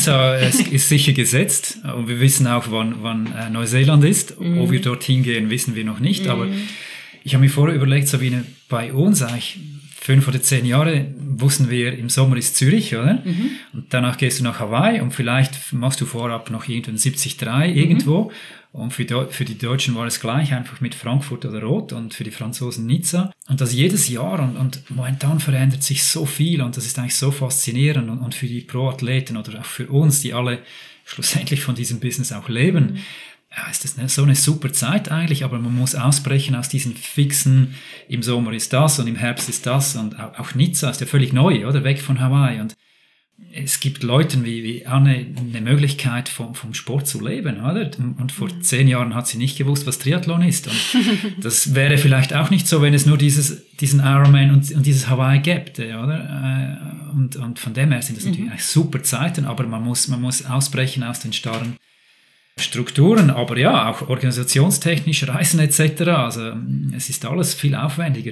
ist sicher gesetzt. Und wir wissen auch, wann Neuseeland ist. Ob wir dorthin gehen, wissen wir noch nicht. Aber ich habe mir vorher überlegt, Sabine, bei uns eigentlich 5 oder 10 Jahre wussten wir, im Sommer ist Zürich, oder? Und danach gehst du nach Hawaii und vielleicht machst du vorab noch irgendein 73 irgendwo. Und für die Deutschen war es gleich, einfach mit Frankfurt oder Rot und für die Franzosen Nizza. Und das jedes Jahr und momentan verändert sich so viel und das ist eigentlich so faszinierend und für die Pro-Athleten oder auch für uns, die alle schlussendlich von diesem Business auch leben, ja, ist das so eine super Zeit eigentlich, aber man muss ausbrechen aus diesen fixen, im Sommer ist das und im Herbst ist das und auch Nizza ist ja völlig neu, oder? Weg von Hawaii und es gibt Leuten wie Anne eine Möglichkeit vom Sport zu leben, oder? Und vor 10 Jahren hat sie nicht gewusst, was Triathlon ist und das wäre vielleicht auch nicht so, wenn es nur diesen Ironman und dieses Hawaii gäbe, oder? Und von dem her sind das natürlich super Zeiten, aber man muss ausbrechen aus den starren Strukturen, aber ja, auch organisationstechnisch, Reisen etc. Also es ist alles viel aufwendiger.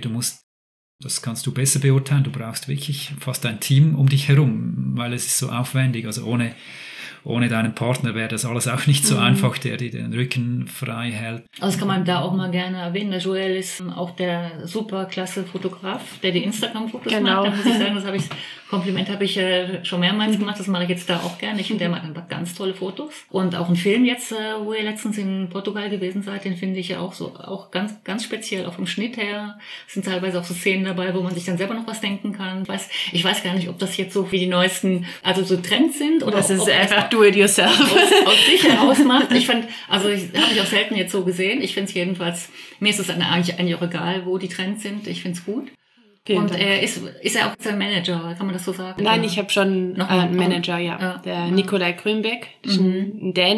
Das kannst du besser beurteilen, du brauchst wirklich fast ein Team um dich herum, weil es ist so aufwendig. Also ohne deinen Partner wäre das alles auch nicht so einfach, der dir den Rücken frei hält. Also das kann man da auch mal gerne erwähnen. Der Joel ist auch der superklasse Fotograf, der die Instagram-Fotos macht. Da muss ich sagen, Kompliment habe ich schon mehrmals gemacht, das mache ich jetzt da auch gerne. Ich finde, der macht einfach ganz tolle Fotos. Und auch einen Film jetzt, wo ihr letztens in Portugal gewesen seid, den finde ich ja auch ganz, ganz speziell, auch vom Schnitt her. Es sind teilweise auch so Szenen dabei, wo man sich dann selber noch was denken kann. Ich weiß gar nicht, ob das jetzt so wie die neuesten, also so Trends sind oder das ist einfach do it yourself. Aus sich heraus macht. Ich habe ich auch selten jetzt so gesehen. Ich finde es jedenfalls, mir ist es eigentlich auch egal, wo die Trends sind. Ich finde es gut. Und er ist er auch sein Manager, kann man das so sagen? Nein, ich habe schon einen Manager, ja. Der Nikolai Grünbeck, das ist ein Däne.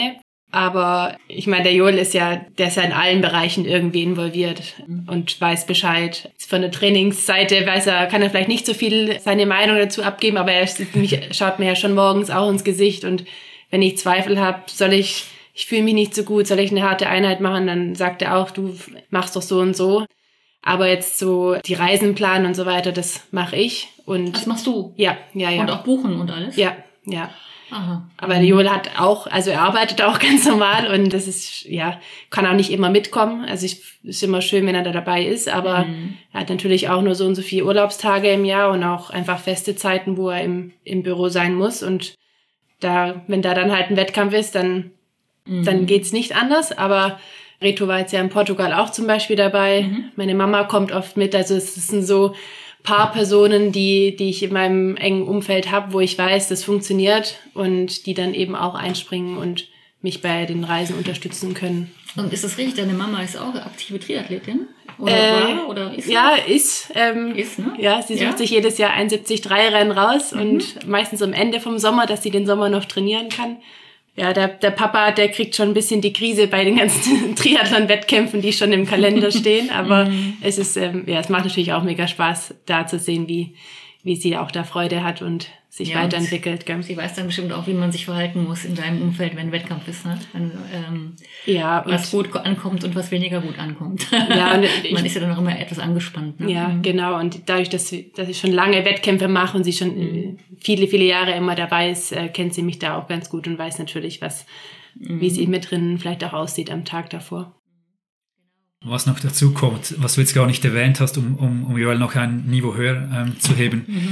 Aber ich meine, der Joel der ist ja in allen Bereichen irgendwie involviert und weiß Bescheid. Von der Trainingsseite kann er vielleicht nicht so viel seine Meinung dazu abgeben, aber schaut mir ja schon morgens auch ins Gesicht. Und wenn ich Zweifel habe, ich fühle mich nicht so gut, soll ich eine harte Einheit machen, dann sagt er auch, du machst doch so und so. Aber jetzt so die Reisen planen und so weiter, das mache ich. Und das machst du? Ja. Und auch buchen und alles? Ja. Aha. Aber der Joel er arbeitet auch ganz normal und das ist, kann auch nicht immer mitkommen. Also ist immer schön, wenn er da dabei ist, aber er hat natürlich auch nur so und so viele Urlaubstage im Jahr und auch einfach feste Zeiten, wo er im Büro sein muss. Und wenn da dann halt ein Wettkampf ist, dann geht's nicht anders. Aber Reto war jetzt ja in Portugal auch zum Beispiel dabei. Meine Mama kommt oft mit. Also es sind so paar Personen, die ich in meinem engen Umfeld habe, wo ich weiß, das funktioniert und die dann eben auch einspringen und mich bei den Reisen unterstützen können. Und ist das richtig? Deine Mama ist auch aktive Triathletin? Oder ist ja, ist, ne? Ja, sie sucht sich jedes Jahr ein 73-Rennen raus und meistens am Ende vom Sommer, dass sie den Sommer noch trainieren kann. Ja, der Papa, der kriegt schon ein bisschen die Krise bei den ganzen Triathlon-Wettkämpfen, die schon im Kalender stehen. Aber es macht natürlich auch mega Spaß, da zu sehen, wie sie auch da Freude hat und sich weiterentwickelt. Gell? Sie weiß dann bestimmt auch, wie man sich verhalten muss in deinem Umfeld, wenn ein Wettkampf ist. Ne? Was gut ankommt und was weniger gut ankommt. Ja, und man ist ja dann auch immer etwas angespannt. Ne? Ja, genau. Und dadurch, dass ich schon lange Wettkämpfe mache und sie schon viele, viele Jahre immer dabei ist, kennt sie mich da auch ganz gut und weiß natürlich, wie sie mit drin vielleicht auch aussieht am Tag davor. Was noch dazu kommt, was du jetzt gar nicht erwähnt hast, um Joel noch ein Niveau höher zu heben,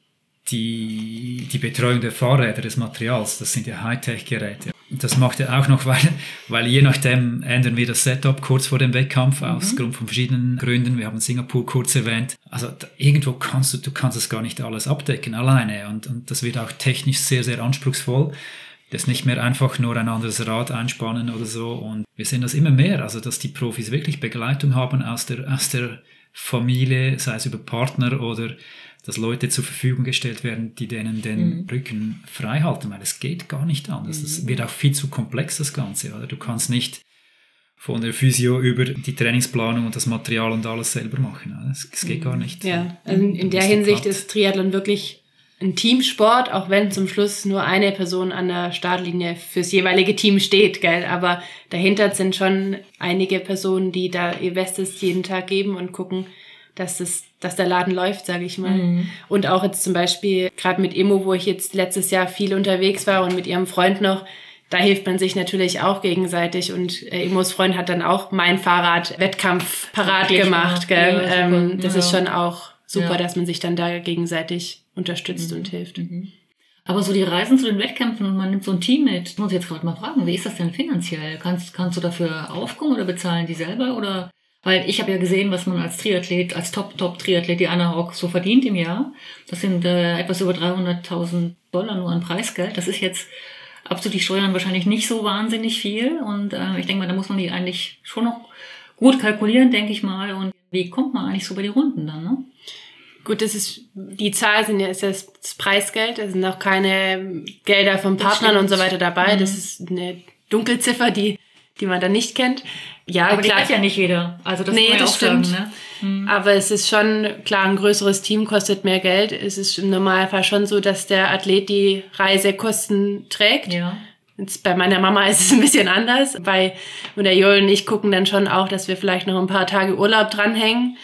die Betreuung der Fahrräder, des Materials, das sind ja Hightech-Geräte. Das macht er auch noch, weil je nachdem ändern wir das Setup kurz vor dem Wettkampf, aus Grund von verschiedenen Gründen. Wir haben Singapur kurz erwähnt. Also irgendwo kannst du kannst das gar nicht alles abdecken alleine und das wird auch technisch sehr, sehr anspruchsvoll. Das ist nicht mehr einfach nur ein anderes Rad einspannen oder so. Und wir sehen das immer mehr, also dass die Profis wirklich Begleitung haben aus der Familie, sei es über Partner oder dass Leute zur Verfügung gestellt werden, die denen den Rücken frei halten, weil es geht gar nicht anders. Das wird auch viel zu komplex, das Ganze. Oder? Du kannst nicht von der Physio über die Trainingsplanung und das Material und alles selber machen. Das geht gar nicht. Ja, also in der Hinsicht ist Triathlon wirklich ein Teamsport, auch wenn zum Schluss nur eine Person an der Startlinie fürs jeweilige Team steht, gell? Aber dahinter sind schon einige Personen, die da ihr Bestes jeden Tag geben und gucken, dass der Laden läuft, sage ich mal. Und auch jetzt zum Beispiel gerade mit Immo, wo ich jetzt letztes Jahr viel unterwegs war und mit ihrem Freund noch, da hilft man sich natürlich auch gegenseitig und Immos Freund hat dann auch mein Fahrrad Wettkampf parat gemacht, gell? Ja, das ist schon auch super, dass man sich dann da gegenseitig unterstützt und hilft. Aber so die Reisen zu den Wettkämpfen und man nimmt so ein Team mit, ich muss jetzt gerade mal fragen, wie ist das denn finanziell? Kannst du dafür aufkommen oder bezahlen die selber? Oder weil ich habe ja gesehen, was man als Triathlet, als Top-Triathlet, die Anna Haug so verdient im Jahr. Das sind etwas über $300.000 nur an Preisgeld. Das ist jetzt abzüglich Steuern wahrscheinlich nicht so wahnsinnig viel. Und ich denke mal, da muss man die eigentlich schon noch gut kalkulieren, denke ich mal. Und wie kommt man eigentlich so bei die Runden dann, ne? Gut, die Zahl ist das Preisgeld, es sind auch keine Gelder von Partnern und so weiter dabei. Das ist eine Dunkelziffer, die man dann nicht kennt. Ja, aber klar, die hat ja nicht jeder. Also das muss man auch stimmt. Sagen, ne? Aber es ist schon, klar, ein größeres Team kostet mehr Geld. Es ist im Normalfall schon so, dass der Athlet die Reisekosten trägt. Ja. Jetzt bei meiner Mama ist es ein bisschen anders. Und der Joel und ich gucken dann schon auch, dass wir vielleicht noch ein paar Tage Urlaub dranhängen.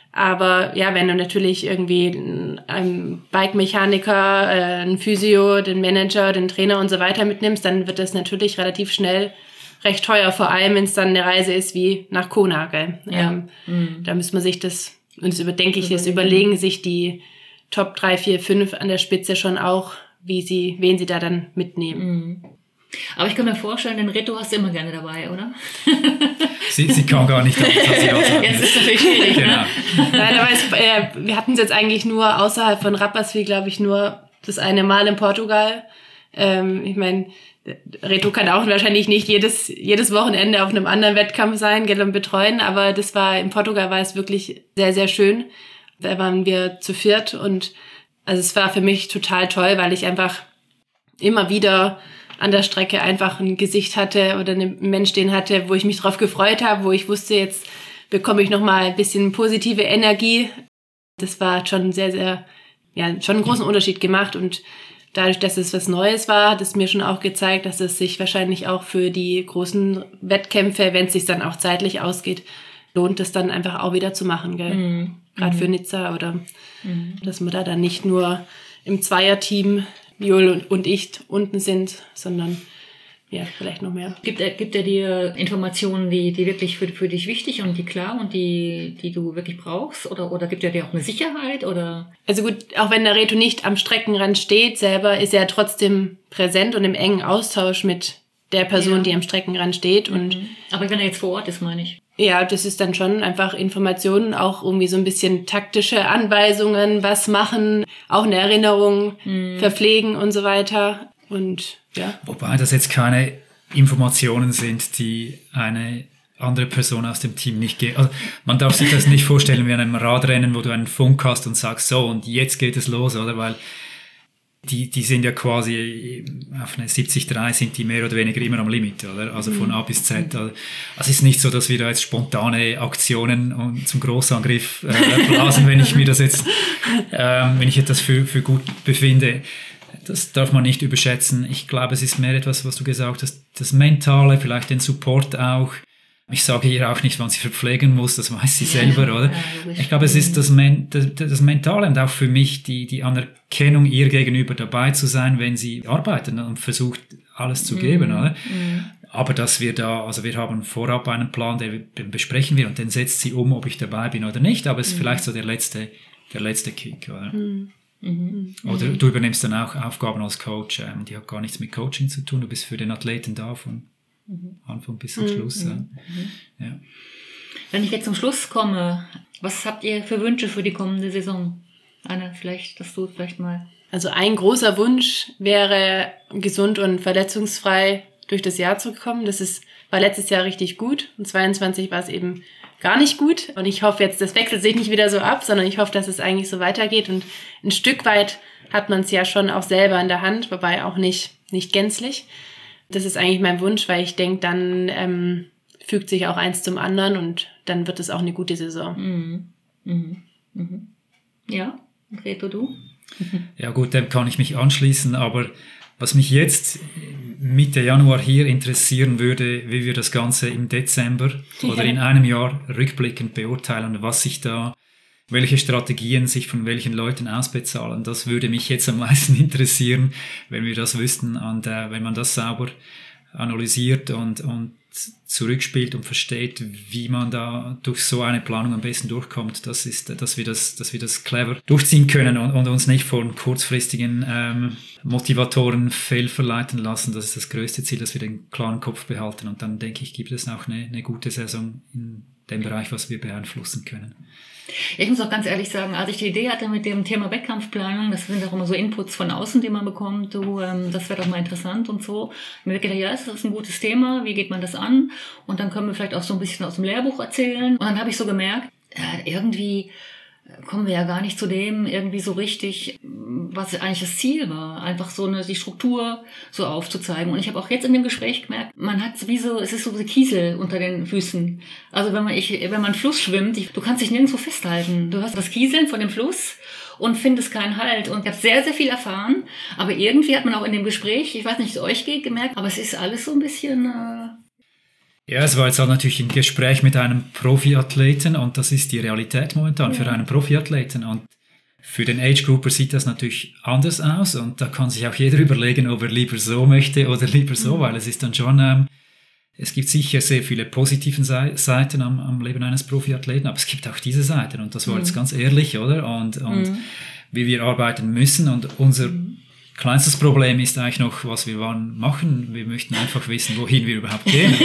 Aber ja, wenn du natürlich irgendwie einen Bike-Mechaniker, einen Physio, den Manager, den Trainer und so weiter mitnimmst, dann wird das natürlich relativ schnell recht teuer, vor allem wenn es dann eine Reise ist wie nach Kona. Gell? Ja. Da muss man sich das überlegen sich die Top 3, 4, 5 an der Spitze schon auch, wen sie da dann mitnehmen. Aber ich kann mir vorstellen, den Reto hast du immer gerne dabei, oder? Sie kann gar nicht anders. Jetzt ist es natürlich schwierig. Genau. Nein, aber wir hatten es jetzt eigentlich nur außerhalb von Rapperswil, glaube ich, nur das eine Mal in Portugal. Ich meine, Reto kann auch wahrscheinlich nicht jedes Wochenende auf einem anderen Wettkampf sein, und betreuen, aber in Portugal war es wirklich sehr, sehr schön. Da waren wir zu viert und also es war für mich total toll, weil ich einfach immer wieder an der Strecke einfach ein Gesicht hatte oder einen Mensch stehen hatte, wo ich mich drauf gefreut habe, wo ich wusste, jetzt bekomme ich nochmal ein bisschen positive Energie. Das war schon sehr, sehr, schon einen großen Unterschied gemacht und dadurch, dass es was Neues war, hat es mir schon auch gezeigt, dass es sich wahrscheinlich auch für die großen Wettkämpfe, wenn es sich dann auch zeitlich ausgeht, lohnt, das dann einfach auch wieder zu machen, gell? Gerade für Nizza oder dass wir da dann nicht nur im Zweierteam Viol und ich unten sind, sondern vielleicht noch mehr. Gibt er dir Informationen, die wirklich für dich wichtig und die klar und die du wirklich brauchst? Oder gibt er dir auch eine Sicherheit? Oder? Also gut, auch wenn der Reto nicht am Streckenrand steht selber, ist er trotzdem präsent und im engen Austausch mit der Person, die am Streckenrand steht. Und aber wenn er jetzt vor Ort ist, meine ich. Ja, das ist dann schon einfach Informationen, auch irgendwie so ein bisschen taktische Anweisungen, was machen, auch eine Erinnerung, verpflegen und so weiter. Und ja. Wobei das jetzt keine Informationen sind, die eine andere Person aus dem Team nicht geht. Also man darf sich das nicht vorstellen wie an einem Radrennen, wo du einen Funk hast und sagst, so und jetzt geht es los, oder? Weil die sind ja quasi auf eine 70-3 sind die mehr oder weniger immer am Limit, oder? Also von A bis Z. Also es ist nicht so, dass wir da jetzt spontane Aktionen und zum Großangriff blasen, wenn ich mir das jetzt, wenn ich etwas für gut befinde. Das darf man nicht überschätzen. Ich glaube, es ist mehr etwas, was du gesagt hast, das Mentale, vielleicht den Support auch. Ich sage ihr auch nicht, wann sie verpflegen muss, das weiß sie selber, oder? Ich glaube, es ist das Mentale und auch für mich die Anerkennung ihr gegenüber dabei zu sein, wenn sie arbeitet und versucht, alles zu geben, oder? Aber dass wir wir haben vorab einen Plan, den besprechen wir und den setzt sie um, ob ich dabei bin oder nicht, aber es ist vielleicht so der letzte Kick, oder? Oder du übernimmst dann auch Aufgaben als Coach, die hat gar nichts mit Coaching zu tun, du bist für den Athleten da von Anfang bis zum Schluss. Ja. Wenn ich jetzt zum Schluss komme, was habt ihr für Wünsche für die kommende Saison? Anna, dass du vielleicht mal... Also ein großer Wunsch wäre, gesund und verletzungsfrei durch das Jahr zu kommen. War letztes Jahr richtig gut und 22 war es eben gar nicht gut. Und ich hoffe jetzt, das wechselt sich nicht wieder so ab, sondern ich hoffe, dass es eigentlich so weitergeht. Und ein Stück weit hat man es ja schon auch selber in der Hand, wobei auch nicht gänzlich. Das ist eigentlich mein Wunsch, weil ich denke, dann fügt sich auch eins zum anderen und dann wird es auch eine gute Saison. Ja, Reto, du? Ja gut, dem kann ich mich anschließen, aber was mich jetzt Mitte Januar hier interessieren würde, wie wir das Ganze im Dezember oder in einem Jahr rückblickend beurteilen, welche Strategien sich von welchen Leuten ausbezahlen. Das würde mich jetzt am meisten interessieren, wenn wir das wüssten und wenn man das sauber analysiert und zurückspielt und versteht, wie man da durch so eine Planung am besten durchkommt, dass wir das clever durchziehen können und uns nicht von kurzfristigen Motivatoren fehlverleiten lassen. Das ist das größte Ziel, dass wir den klaren Kopf behalten und dann denke ich, gibt es auch eine gute Saison in dem Bereich, was wir beeinflussen können. Ich muss auch ganz ehrlich sagen, als ich die Idee hatte mit dem Thema Wettkampfplanung, das sind auch immer so Inputs von außen, die man bekommt, das wäre doch mal interessant und so. Und mir gedacht, ja, das ist ein gutes Thema, wie geht man das an? Und dann können wir vielleicht auch so ein bisschen aus dem Lehrbuch erzählen. Und dann habe ich so gemerkt, irgendwie kommen wir ja gar nicht zu dem irgendwie so richtig, was eigentlich das Ziel war, einfach so die Struktur so aufzuzeigen. Und ich habe auch jetzt in dem Gespräch gemerkt, es ist so wie Kiesel unter den Füßen. Also wenn man Fluss schwimmt, du kannst dich nirgendwo festhalten. Du hast das Kieseln von dem Fluss und findest keinen Halt. Und ich habe sehr, sehr viel erfahren, aber irgendwie hat man auch in dem Gespräch, ich weiß nicht, wie es euch geht, gemerkt, aber es ist alles so ein bisschen... Ja, es war jetzt auch natürlich ein Gespräch mit einem Profiathleten und das ist die Realität momentan für einen Profiathleten und für den Age-Grouper sieht das natürlich anders aus und da kann sich auch jeder überlegen, ob er lieber so möchte oder lieber so, weil es ist dann schon, es gibt sicher sehr viele positive Seiten am Leben eines Profiathleten, aber es gibt auch diese Seiten und das war jetzt ganz ehrlich, oder? Und wie wir arbeiten müssen und unser kleinstes Problem ist eigentlich noch, was wir wann machen. Wir möchten einfach wissen, wohin wir überhaupt gehen.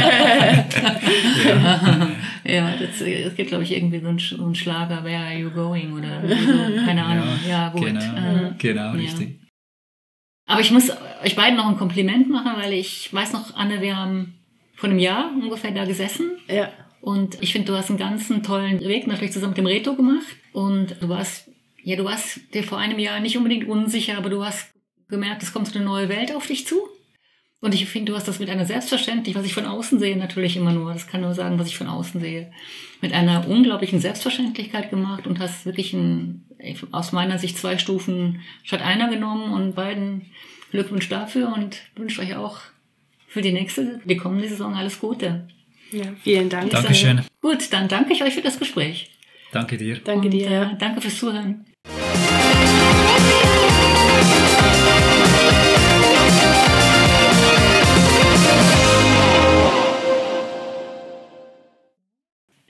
Ja, es gibt, glaube ich, irgendwie so einen Schlager, Where are you going? Oder so, keine Ahnung. Ja, gut. Genau, richtig. Aber ich muss euch beiden noch ein Kompliment machen, weil ich weiß noch, Anne, wir haben vor einem Jahr ungefähr da gesessen. Ja. Und ich finde, du hast einen ganz tollen Weg natürlich zusammen mit dem Reto gemacht. Und du warst dir vor einem Jahr nicht unbedingt unsicher, aber du hast gemerkt, es kommt so eine neue Welt auf dich zu. Und ich finde, du hast das mit einer Selbstverständlichkeit, was ich von außen sehe, natürlich immer nur, das kann nur sagen, was ich von außen sehe, mit einer unglaublichen Selbstverständlichkeit gemacht und hast wirklich aus meiner Sicht 2 Stufen statt einer genommen und beiden Glückwunsch dafür und wünsche euch auch für die kommende Saison alles Gute. Ja, vielen Dank. Dankeschön. Gut, dann danke ich euch für das Gespräch. Danke dir. Danke dir. Danke fürs Zuhören.